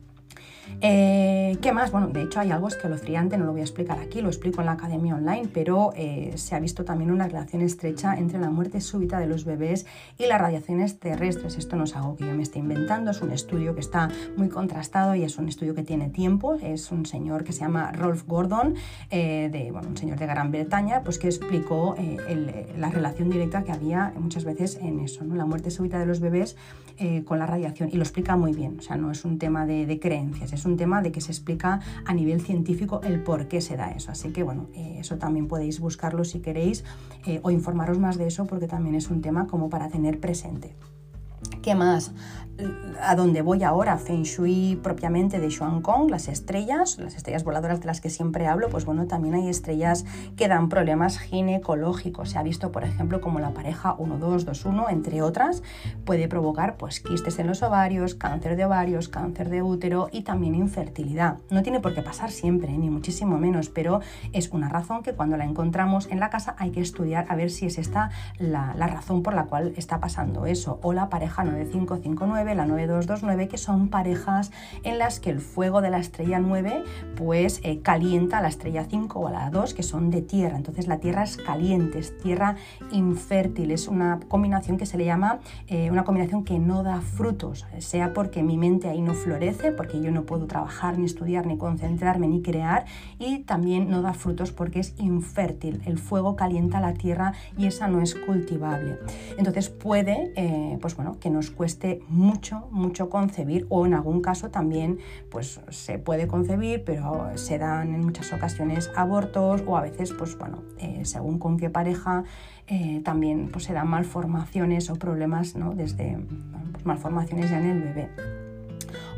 Eh, ¿Qué más? Bueno, de hecho hay algo escalofriante, no lo voy a explicar aquí, lo explico en la academia online, pero eh, se ha visto también una relación estrecha entre la muerte súbita de los bebés y las radiaciones terrestres. Esto no es algo que yo me esté inventando, es un estudio que está muy contrastado y es un estudio que tiene tiempo. Es un señor que se llama Rolf Gordon, eh, de, bueno, un señor de Gran Bretaña, pues que explicó eh, el, la relación directa que había muchas veces en eso, ¿no?, la muerte súbita de los bebés eh, con la radiación, y lo explica muy bien. O sea, no es un tema de, de creencias, es un tema de que se explica a nivel científico el por qué se da eso. Así que bueno, eh, eso también podéis buscarlo si queréis, eh, o informaros más de eso, porque también es un tema como para tener presente. ¿Qué más? A dónde voy ahora, Feng Shui propiamente de Xuan Kong, las estrellas, las estrellas voladoras de las que siempre hablo, pues bueno, también hay estrellas que dan problemas ginecológicos. Se ha visto, por ejemplo, como la pareja uno dos dos uno, entre otras, puede provocar pues quistes en los ovarios, cáncer de ovarios, cáncer de útero y también infertilidad. No tiene por qué pasar siempre, ni muchísimo menos, pero es una razón que cuando la encontramos en la casa hay que estudiar a ver si es esta la, la razón por la cual está pasando eso. O la pareja nueve cinco cinco nueve, la nueve dos dos nueve, que son parejas en las que el fuego de la estrella nueve pues eh, calienta a la estrella cinco o a la dos, que son de tierra. Entonces la tierra es caliente, es tierra infértil, es una combinación que se le llama eh, una combinación que no da frutos, sea porque mi mente ahí no florece, porque yo no puedo trabajar, ni estudiar, ni concentrarme, ni crear, y también no da frutos porque es infértil. El fuego calienta la tierra y esa no es cultivable. Entonces puede, eh, pues bueno, que nos cueste mucho, mucho concebir, o en algún caso también pues se puede concebir, pero se dan en muchas ocasiones abortos, o a veces pues bueno, eh, según con qué pareja, eh, también pues se dan malformaciones o problemas, ¿no?, desde bueno, pues malformaciones ya en el bebé.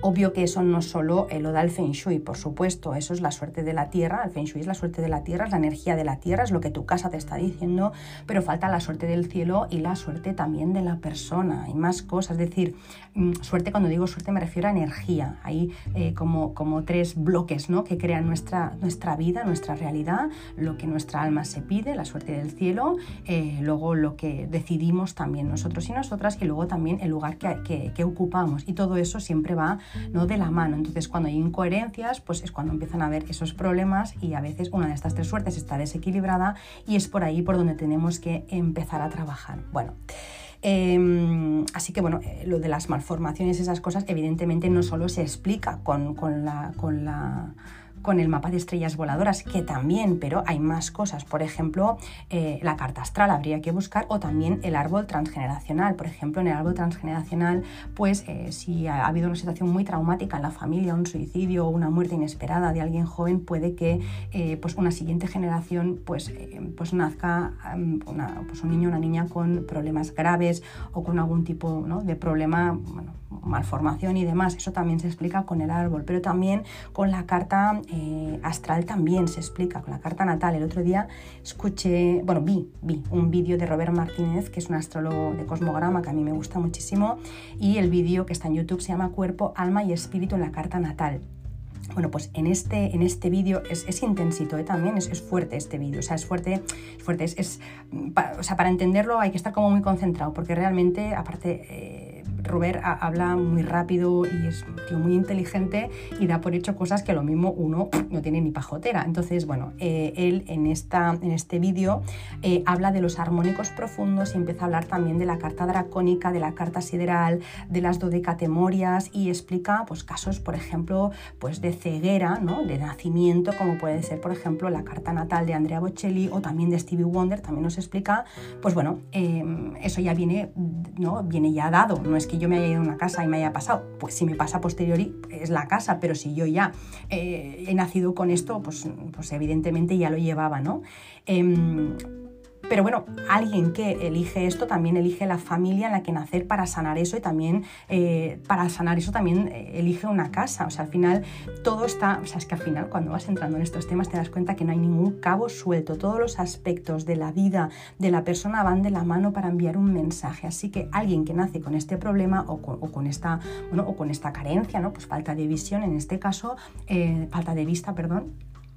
Obvio que eso no solo lo da el Feng Shui, por supuesto, eso es la suerte de la tierra, el Feng Shui es la suerte de la tierra, es la energía de la tierra, es lo que tu casa te está diciendo, pero falta la suerte del cielo y la suerte también de la persona, hay más cosas, es decir, suerte, cuando digo suerte me refiero a energía, hay eh, como, como tres bloques, ¿no?, que crean nuestra, nuestra vida, nuestra realidad, lo que nuestra alma se pide, la suerte del cielo, eh, luego lo que decidimos también nosotros y nosotras, y luego también el lugar que, que, que ocupamos, y todo eso siempre va, ¿no?, de la mano. Entonces, cuando hay incoherencias, pues es cuando empiezan a haber esos problemas, y a veces una de estas tres suertes está desequilibrada, y es por ahí por donde tenemos que empezar a trabajar. Bueno, eh, así que bueno, eh, lo de las malformaciones, esas cosas, evidentemente no solo se explica con, con la... Con la con el mapa de estrellas voladoras, que también, pero hay más cosas. Por ejemplo, eh, la carta astral habría que buscar, o también el árbol transgeneracional. Por ejemplo, en el árbol transgeneracional, pues eh, si ha habido una situación muy traumática en la familia, un suicidio o una muerte inesperada de alguien joven, puede que eh, pues una siguiente generación pues, eh, pues nazca um, una, pues un niño o una niña con problemas graves o con algún tipo, ¿no?, de problema, bueno, malformación y demás. Eso también se explica con el árbol, pero también con la carta eh, astral también se explica, con la carta natal. El otro día escuché, bueno, vi, vi un vídeo de Robert Martínez, que es un astrólogo de cosmograma que a mí me gusta muchísimo, y el vídeo que está en YouTube se llama Cuerpo, Alma y Espíritu en la carta natal. Bueno, pues en este, en este vídeo es, es intensito, ¿eh? También es, es fuerte este vídeo, o sea, es fuerte, es fuerte, es, es pa, o sea, para entenderlo hay que estar como muy concentrado, porque realmente, aparte, eh, Robert a, habla muy rápido y es un tío muy inteligente y da por hecho cosas que lo mismo uno no tiene ni pajotera. Entonces, bueno, eh, él en, esta, en este vídeo eh, habla de los armónicos profundos y empieza a hablar también de la carta dracónica, de la carta sideral, de las dodecatemorias, y explica pues casos, por ejemplo, pues de ceguera, ¿no?, de nacimiento, como puede ser, por ejemplo, la carta natal de Andrea Bocelli, o también de Stevie Wonder, también nos explica, pues bueno, eh, eso ya viene, ¿no?, viene ya dado, no es que yo me haya ido a una casa y me haya pasado, pues si me pasa a posteriori es la casa, pero si yo ya eh, he nacido con esto, pues, pues evidentemente ya lo llevaba, ¿no? Eh, Pero bueno, alguien que elige esto también elige la familia en la que nacer para sanar eso, y también eh, para sanar eso también eh, elige una casa. O sea, al final todo está, o sea, es que al final cuando vas entrando en estos temas te das cuenta que no hay ningún cabo suelto. Todos los aspectos de la vida de la persona van de la mano para enviar un mensaje. Así que alguien que nace con este problema o con, o con esta, bueno, o con esta carencia, ¿no?, pues falta de visión en este caso, eh, falta de vista, perdón.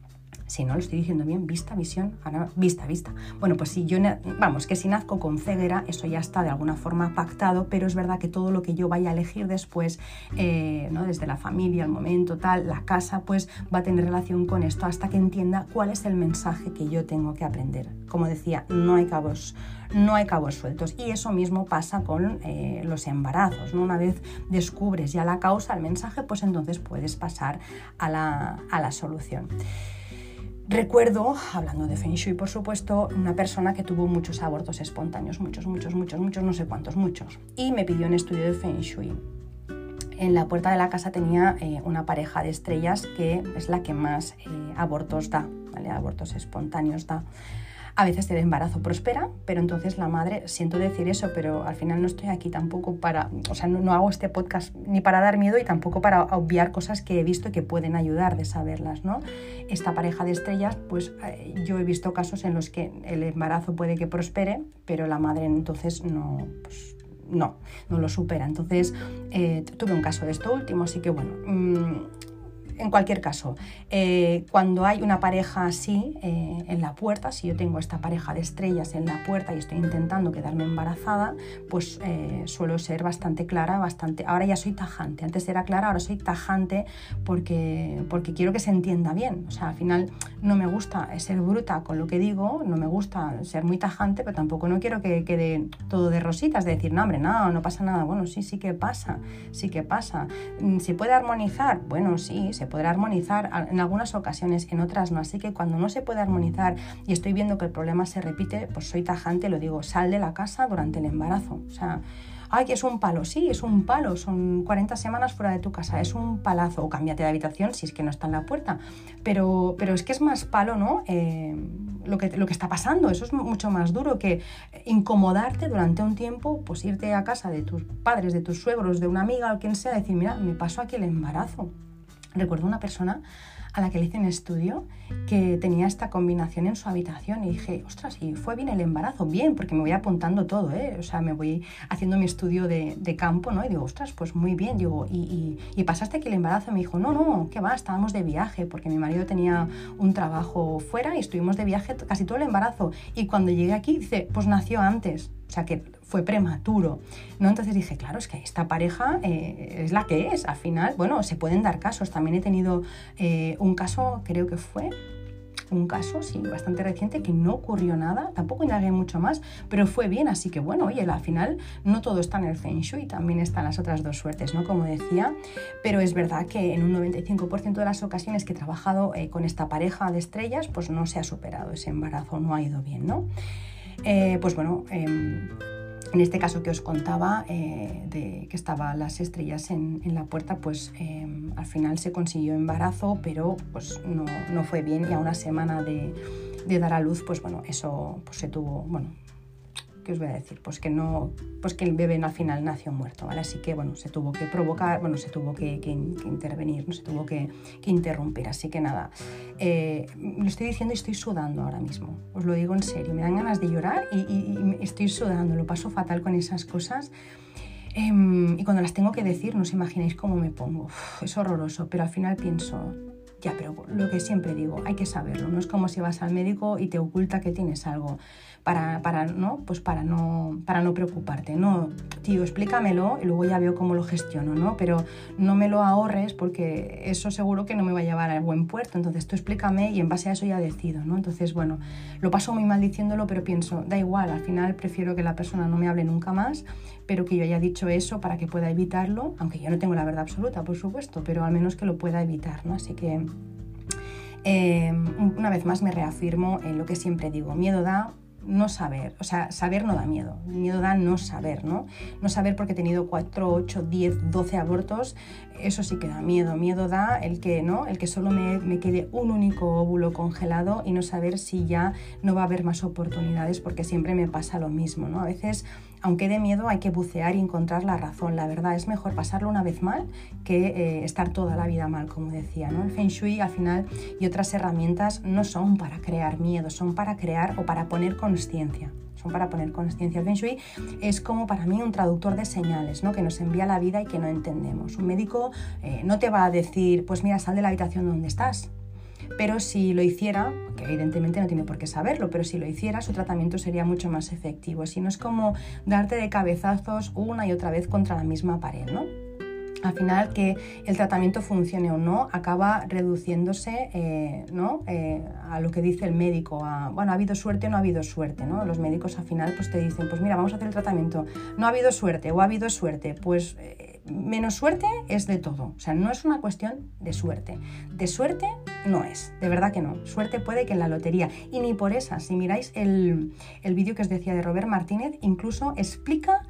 Si no lo estoy diciendo bien, vista, visión, vista, vista. Bueno, pues si yo, vamos, que si nazco con ceguera, eso ya está de alguna forma pactado, pero es verdad que todo lo que yo vaya a elegir después, eh, ¿no?, desde la familia, el momento, tal, la casa, pues va a tener relación con esto hasta que entienda cuál es el mensaje que yo tengo que aprender. Como decía, no hay cabos, no hay cabos sueltos, y eso mismo pasa con eh, los embarazos, ¿no? Una vez descubres ya la causa, el mensaje, pues entonces puedes pasar a la, a la solución. Recuerdo, hablando de Feng Shui, por supuesto, una persona que tuvo muchos abortos espontáneos, muchos, muchos, muchos, muchos, no sé cuántos, muchos, y me pidió un estudio de Feng Shui. En la puerta de la casa tenía eh, una pareja de estrellas que es la que más eh, abortos da, ¿vale? Abortos espontáneos da. A veces el embarazo prospera, pero entonces la madre, siento decir eso, pero al final no estoy aquí tampoco para, o sea, no, no hago este podcast ni para dar miedo y tampoco para obviar cosas que he visto y que pueden ayudar de saberlas, ¿no? Esta pareja de estrellas, pues eh, yo he visto casos en los que el embarazo puede que prospere, pero la madre entonces no, pues, no, no lo supera. Entonces eh, tuve un caso de esto último, así que bueno... Mmm, En cualquier caso, eh, cuando hay una pareja así eh, en la puerta, si yo tengo esta pareja de estrellas en la puerta y estoy intentando quedarme embarazada, pues eh, suelo ser bastante clara, bastante. Ahora ya soy tajante, antes era clara, ahora soy tajante porque, porque quiero que se entienda bien. O sea, al final no me gusta ser bruta con lo que digo, no me gusta ser muy tajante, pero tampoco no quiero que quede todo de rositas, de decir, no, hombre, no, no pasa nada. Bueno, sí, sí que pasa, sí que pasa. ¿Se puede armonizar? Bueno, sí, se podrá armonizar en algunas ocasiones, en otras no. Así que cuando no se puede armonizar y estoy viendo que el problema se repite, pues soy tajante, lo digo, sal de la casa durante el embarazo. O sea, ay, que es un palo, sí, es un palo, son cuarenta semanas fuera de tu casa, es un palazo, o cámbiate de habitación si es que no está en la puerta, pero, pero es que es más palo, ¿no? Eh, lo que, lo que está pasando. Eso es mucho más duro que incomodarte durante un tiempo, pues irte a casa de tus padres, de tus suegros, de una amiga o quien sea, decir, mira, me pasó aquí el embarazo. Recuerdo una persona a la que le hice un estudio que tenía esta combinación en su habitación y dije, ostras, ¿y fue bien el embarazo? Bien, porque me voy apuntando todo, ¿eh? O sea, me voy haciendo mi estudio de, de campo, ¿no? Y digo, ostras, pues muy bien. Digo, ¿y, y, y pasaste aquí el embarazo? Y me dijo, no, no, ¿qué va? Estábamos de viaje porque mi marido tenía un trabajo fuera y estuvimos de viaje casi todo el embarazo. Y cuando llegué aquí, dice, pues nació antes. O sea, que fue prematuro, ¿no? Entonces dije, claro, es que esta pareja eh, es la que es. Al final, bueno, se pueden dar casos. También he tenido eh, un caso, creo que fue un caso, sí, bastante reciente, que no ocurrió nada. Tampoco indagué mucho más, pero fue bien. Así que, bueno, oye, al final no todo está en el Feng Shui, también están las otras dos suertes, ¿no? Como decía, pero es verdad que en un noventa y cinco por ciento de las ocasiones que he trabajado eh, con esta pareja de estrellas, pues no se ha superado ese embarazo, no ha ido bien, ¿no? Eh, pues bueno, eh, en este caso que os contaba, eh, de que estaban las estrellas en, en la puerta, pues eh, al final se consiguió embarazo, pero pues no, no fue bien, y a una semana de, de dar a luz, pues bueno, eso pues se tuvo, bueno, ¿qué os voy a decir? Pues que no, pues que el bebé al final nació muerto, ¿vale? Así que bueno, se tuvo que provocar, bueno, se tuvo que, que, que intervenir, ¿no? Se tuvo que, que interrumpir, así que nada, eh, lo estoy diciendo y estoy sudando ahora mismo, os lo digo en serio, me dan ganas de llorar y, y, y estoy sudando, lo paso fatal con esas cosas. Eh, y cuando las tengo que decir, no os imagináis cómo me pongo. Uf, es horroroso, pero al final pienso, ya, pero lo que siempre digo, hay que saberlo. No es como si vas al médico y te oculta que tienes algo para, para, ¿no? Pues para, no, para no preocuparte. No, tío, explícamelo y luego ya veo cómo lo gestiono, ¿no? Pero no me lo ahorres porque eso seguro que no me va a llevar al buen puerto. Entonces tú explícame y en base a eso ya decido, ¿no? Entonces, bueno, lo paso muy mal diciéndolo, pero pienso, da igual, al final prefiero que la persona no me hable nunca más, pero que yo haya dicho eso para que pueda evitarlo, aunque yo no tengo la verdad absoluta, por supuesto, pero al menos que lo pueda evitar, ¿no? Así que, eh, una vez más me reafirmo en lo que siempre digo, miedo da no saber, o sea, saber no da miedo, miedo da no saber, ¿no? No saber porque he tenido cuatro, ocho, diez, doce abortos, eso sí que da miedo, miedo da el que, ¿no? El que solo me, me quede un único óvulo congelado y no saber si ya no va a haber más oportunidades, porque siempre me pasa lo mismo, ¿no? A veces, aunque dé miedo, hay que bucear y encontrar la razón. La verdad, es mejor pasarlo una vez mal que eh, estar toda la vida mal, como decía, ¿no? El Feng Shui, al final, y otras herramientas no son para crear miedo, son para crear o para poner consciencia. Son para poner consciencia. El Feng Shui es como para mí un traductor de señales, ¿no? Que nos envía la vida y que no entendemos. Un médico eh, no te va a decir, pues mira, sal de la habitación donde estás. Pero si lo hiciera, que evidentemente no tiene por qué saberlo, pero si lo hiciera, su tratamiento sería mucho más efectivo. Si no, es como darte de cabezazos una y otra vez contra la misma pared, ¿no? Al final, que el tratamiento funcione o no, acaba reduciéndose eh, ¿no? eh, a lo que dice el médico, a, bueno, ha habido suerte o no ha habido suerte, ¿no? Los médicos al final pues te dicen, pues mira, vamos a hacer el tratamiento, no ha habido suerte o ha habido suerte, pues eh, menos suerte es de todo, o sea, no es una cuestión de suerte, de suerte no es, de verdad que no, suerte puede que en la lotería, y ni por esa, si miráis el, el vídeo que os decía de Robert Martínez, incluso explica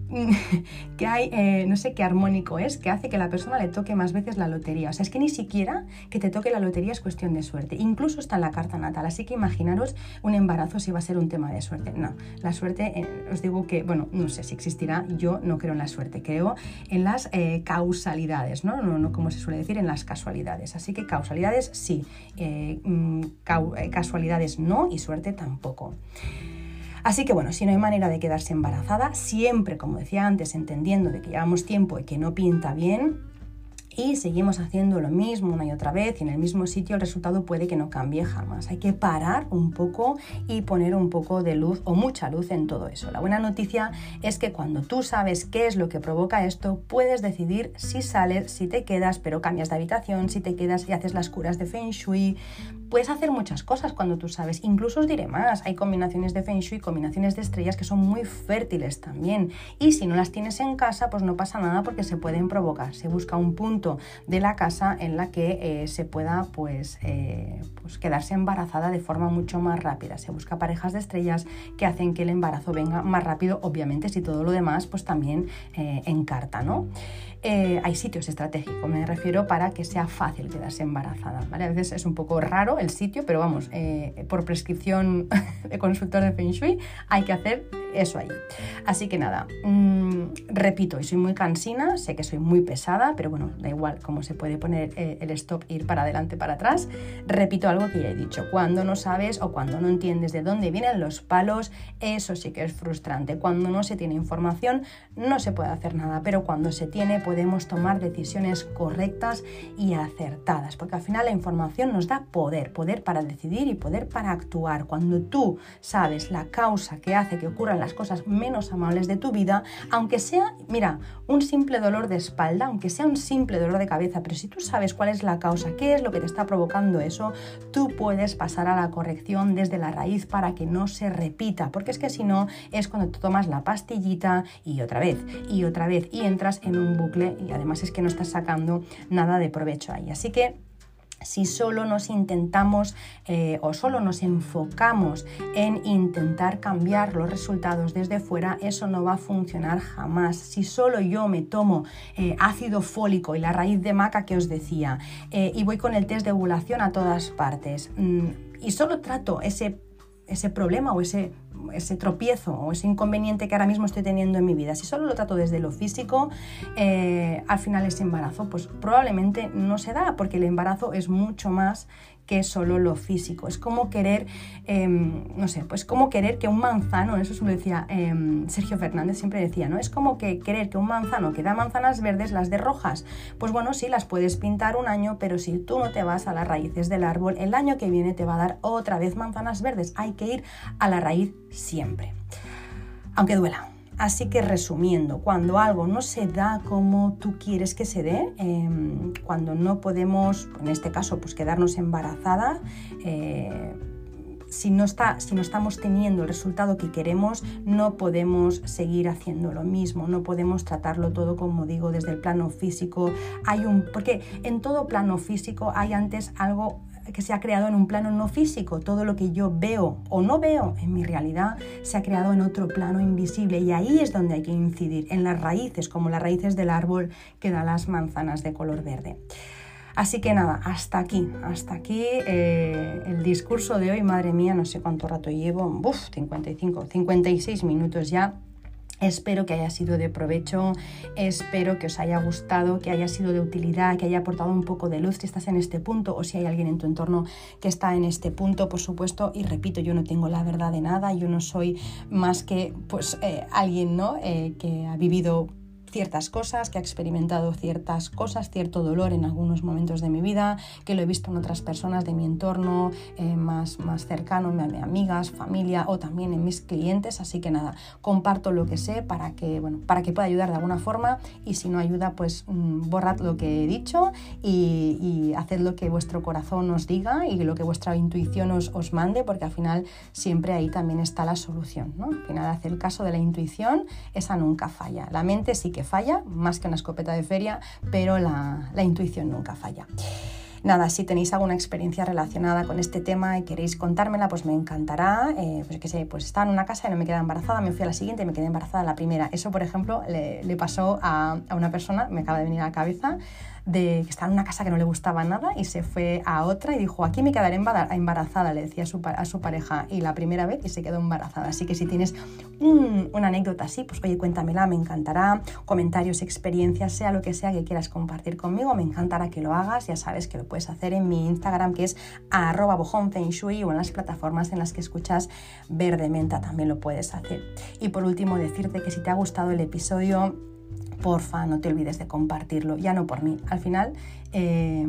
que hay, eh, no sé qué armónico es, que hace que la persona le toque más veces la lotería. O sea, es que ni siquiera que te toque la lotería es cuestión de suerte. Incluso está en la carta natal. Así que imaginaros un embarazo si va a ser un tema de suerte. No, la suerte, eh, os digo que, bueno, no sé si existirá. Yo no creo en la suerte, creo en las eh, causalidades, ¿no? No, no como se suele decir, en las casualidades. Así que causalidades sí, eh, cau- casualidades no, y suerte tampoco. Así que bueno, si no hay manera de quedarse embarazada, siempre, como decía antes, entendiendo de que llevamos tiempo y que no pinta bien, y seguimos haciendo lo mismo una y otra vez y en el mismo sitio, el resultado puede que no cambie jamás. Hay que parar un poco y poner un poco de luz o mucha luz en todo eso. La buena noticia es que cuando tú sabes qué es lo que provoca esto, puedes decidir si sales, si te quedas, pero cambias de habitación, si te quedas y haces las curas de Feng Shui. Puedes hacer muchas cosas cuando tú sabes. Incluso os diré más, hay combinaciones de Feng Shui, combinaciones de estrellas que son muy fértiles también. Y si no las tienes en casa, pues no pasa nada porque se pueden provocar. Se busca un punto de la casa en la que eh, se pueda pues, eh, pues quedarse embarazada de forma mucho más rápida. Se busca parejas de estrellas que hacen que el embarazo venga más rápido, obviamente si todo lo demás pues también eh, encarta, ¿no? eh, hay sitios estratégicos, me refiero, para que sea fácil quedarse embarazada, ¿vale? A veces es un poco raro el sitio, pero vamos, eh, por prescripción de consultor de Feng Shui hay que hacer eso allí. Así que nada, mmm, repito, y soy muy cansina, sé que soy muy pesada, pero bueno, da igual cómo se puede poner eh, el stop, ir para adelante, para atrás. Repito algo que ya he dicho, cuando no sabes o cuando no entiendes de dónde vienen los palos, eso sí que es frustrante. Cuando no se tiene información no se puede hacer nada, pero cuando se tiene podemos tomar decisiones correctas y acertadas, porque al final la información nos da poder, poder para decidir y poder para actuar. Cuando tú sabes la causa que hace que ocurran las cosas menos amables de tu vida, aunque sea, mira, un simple dolor de espalda, aunque sea un simple dolor de cabeza, pero si tú sabes cuál es la causa, qué es lo que te está provocando eso, tú puedes pasar a la corrección desde la raíz para que no se repita, porque es que si no, es cuando tú tomas la pastillita y otra vez, y otra vez, y entras en un bucle y además es que no estás sacando nada de provecho ahí. Así que si solo nos intentamos eh, o solo nos enfocamos en intentar cambiar los resultados desde fuera, eso no va a funcionar jamás. Si solo yo me tomo eh, ácido fólico y la raíz de maca que os decía eh, y voy con el test de ovulación a todas partes mmm, y solo trato ese, ese problema o ese ese tropiezo o ese inconveniente que ahora mismo estoy teniendo en mi vida, si solo lo trato desde lo físico, eh, al final ese embarazo pues probablemente no se da, porque el embarazo es mucho más que solo lo físico. Es como querer, eh, no sé, pues como querer que un manzano, eso se lo decía eh, Sergio Fernández, siempre decía, ¿no? Es como que querer que un manzano que da manzanas verdes las dé rojas. Pues bueno, sí, las puedes pintar un año, pero si tú no te vas a las raíces del árbol, el año que viene te va a dar otra vez manzanas verdes. Hay que ir a la raíz siempre, aunque duela. Así que resumiendo, cuando algo no se da como tú quieres que se dé, eh, cuando no podemos, en este caso, pues quedarnos embarazadas, eh, si no está, si no estamos teniendo el resultado que queremos, no podemos seguir haciendo lo mismo, no podemos tratarlo todo, como digo, desde el plano físico. Hay un, porque en todo plano físico hay antes algo que se ha creado en un plano no físico. Todo lo que yo veo o no veo en mi realidad se ha creado en otro plano invisible, y ahí es donde hay que incidir, en las raíces, como las raíces del árbol que da las manzanas de color verde. Así que nada, hasta aquí, hasta aquí eh, el discurso de hoy. Madre mía, no sé cuánto rato llevo, uf, cincuenta y cinco, cincuenta y seis minutos ya. Espero que haya sido de provecho, espero que os haya gustado, que haya sido de utilidad, que haya aportado un poco de luz si estás en este punto o si hay alguien en tu entorno que está en este punto, por supuesto. Y repito, yo no tengo la verdad de nada, yo no soy más que pues eh, alguien, ¿no? eh, que ha vivido ciertas cosas, que ha experimentado ciertas cosas, cierto dolor en algunos momentos de mi vida, que lo he visto en otras personas de mi entorno eh, más, más cercano, amigas, familia o también en mis clientes. Así que nada, comparto lo que sé para que, bueno, para que pueda ayudar de alguna forma, y si no ayuda, pues mmm, borrad lo que he dicho y, y haced lo que vuestro corazón os diga y lo que vuestra intuición os, os mande, porque al final siempre ahí también está la solución, ¿no? Al final, hacer caso de la intuición, esa nunca falla. La mente sí que falla, más que una escopeta de feria, pero la, la intuición nunca falla. Nada, si tenéis alguna experiencia relacionada con este tema y queréis contármela, pues me encantará. Eh, pues que sé, pues estaba en una casa y no me quedé embarazada, me fui a la siguiente y me quedé embarazada la primera. Eso, por ejemplo, le, le pasó a, a una persona, me acaba de venir a la cabeza, de que estaba en una casa que no le gustaba nada y se fue a otra y dijo, aquí me quedaré embarazada, le decía a su, a su pareja, y la primera vez, y se quedó embarazada. Así que si tienes un, una anécdota así, pues oye, cuéntamela, me encantará. Comentarios, experiencias, sea lo que sea que quieras compartir conmigo, me encantará que lo hagas. Ya sabes que lo puedes hacer en mi Instagram, que es arroba bojonfengshui, o en las plataformas en las que escuchas Verde Menta también lo puedes hacer. Y por último, decirte que si te ha gustado el episodio, porfa, no te olvides de compartirlo, ya no por mí. Al final, eh,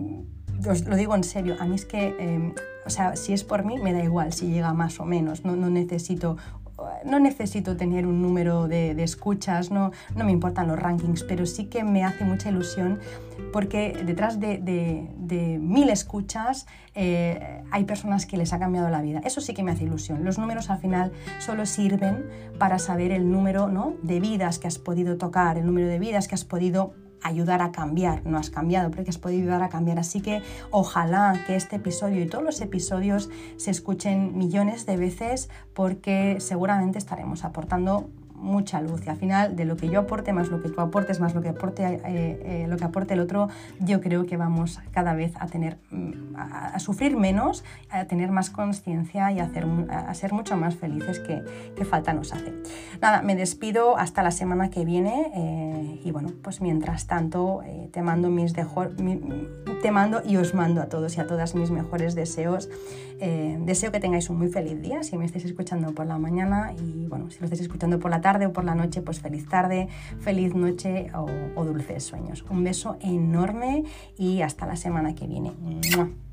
os lo digo en serio, a mí es que, eh, o sea, si es por mí, me da igual si llega más o menos, no, no necesito... No necesito tener un número de, de escuchas, no, no me importan los rankings, pero sí que me hace mucha ilusión porque detrás de, de, de mil escuchas eh, hay personas que les ha cambiado la vida. Eso sí que me hace ilusión. Los números al final solo sirven para saber el número, ¿no?, de vidas que has podido tocar, el número de vidas que has podido ayudar a cambiar. No has cambiado, pero que has podido ayudar a cambiar. Así que ojalá que este episodio y todos los episodios se escuchen millones de veces, porque seguramente estaremos aportando mucha luz. Y al final, de lo que yo aporte, más lo que tú aportes, más lo que aporte, eh, eh, lo que aporte el otro, yo creo que vamos cada vez a tener, a, a sufrir menos, a tener más conciencia y a, hacer, a ser mucho más felices, que, que falta nos hace. Nada, me despido hasta la semana que viene eh, y bueno, pues mientras tanto eh, te mando mis dejo, mi, te mando y os mando a todos y a todas mis mejores deseos. Eh, deseo que tengáis un muy feliz día si me estáis escuchando por la mañana, y bueno, si lo estáis escuchando por la tarde o por la noche, pues feliz tarde, feliz noche o, o dulces sueños. Un beso enorme y hasta la semana que viene. ¡Mua!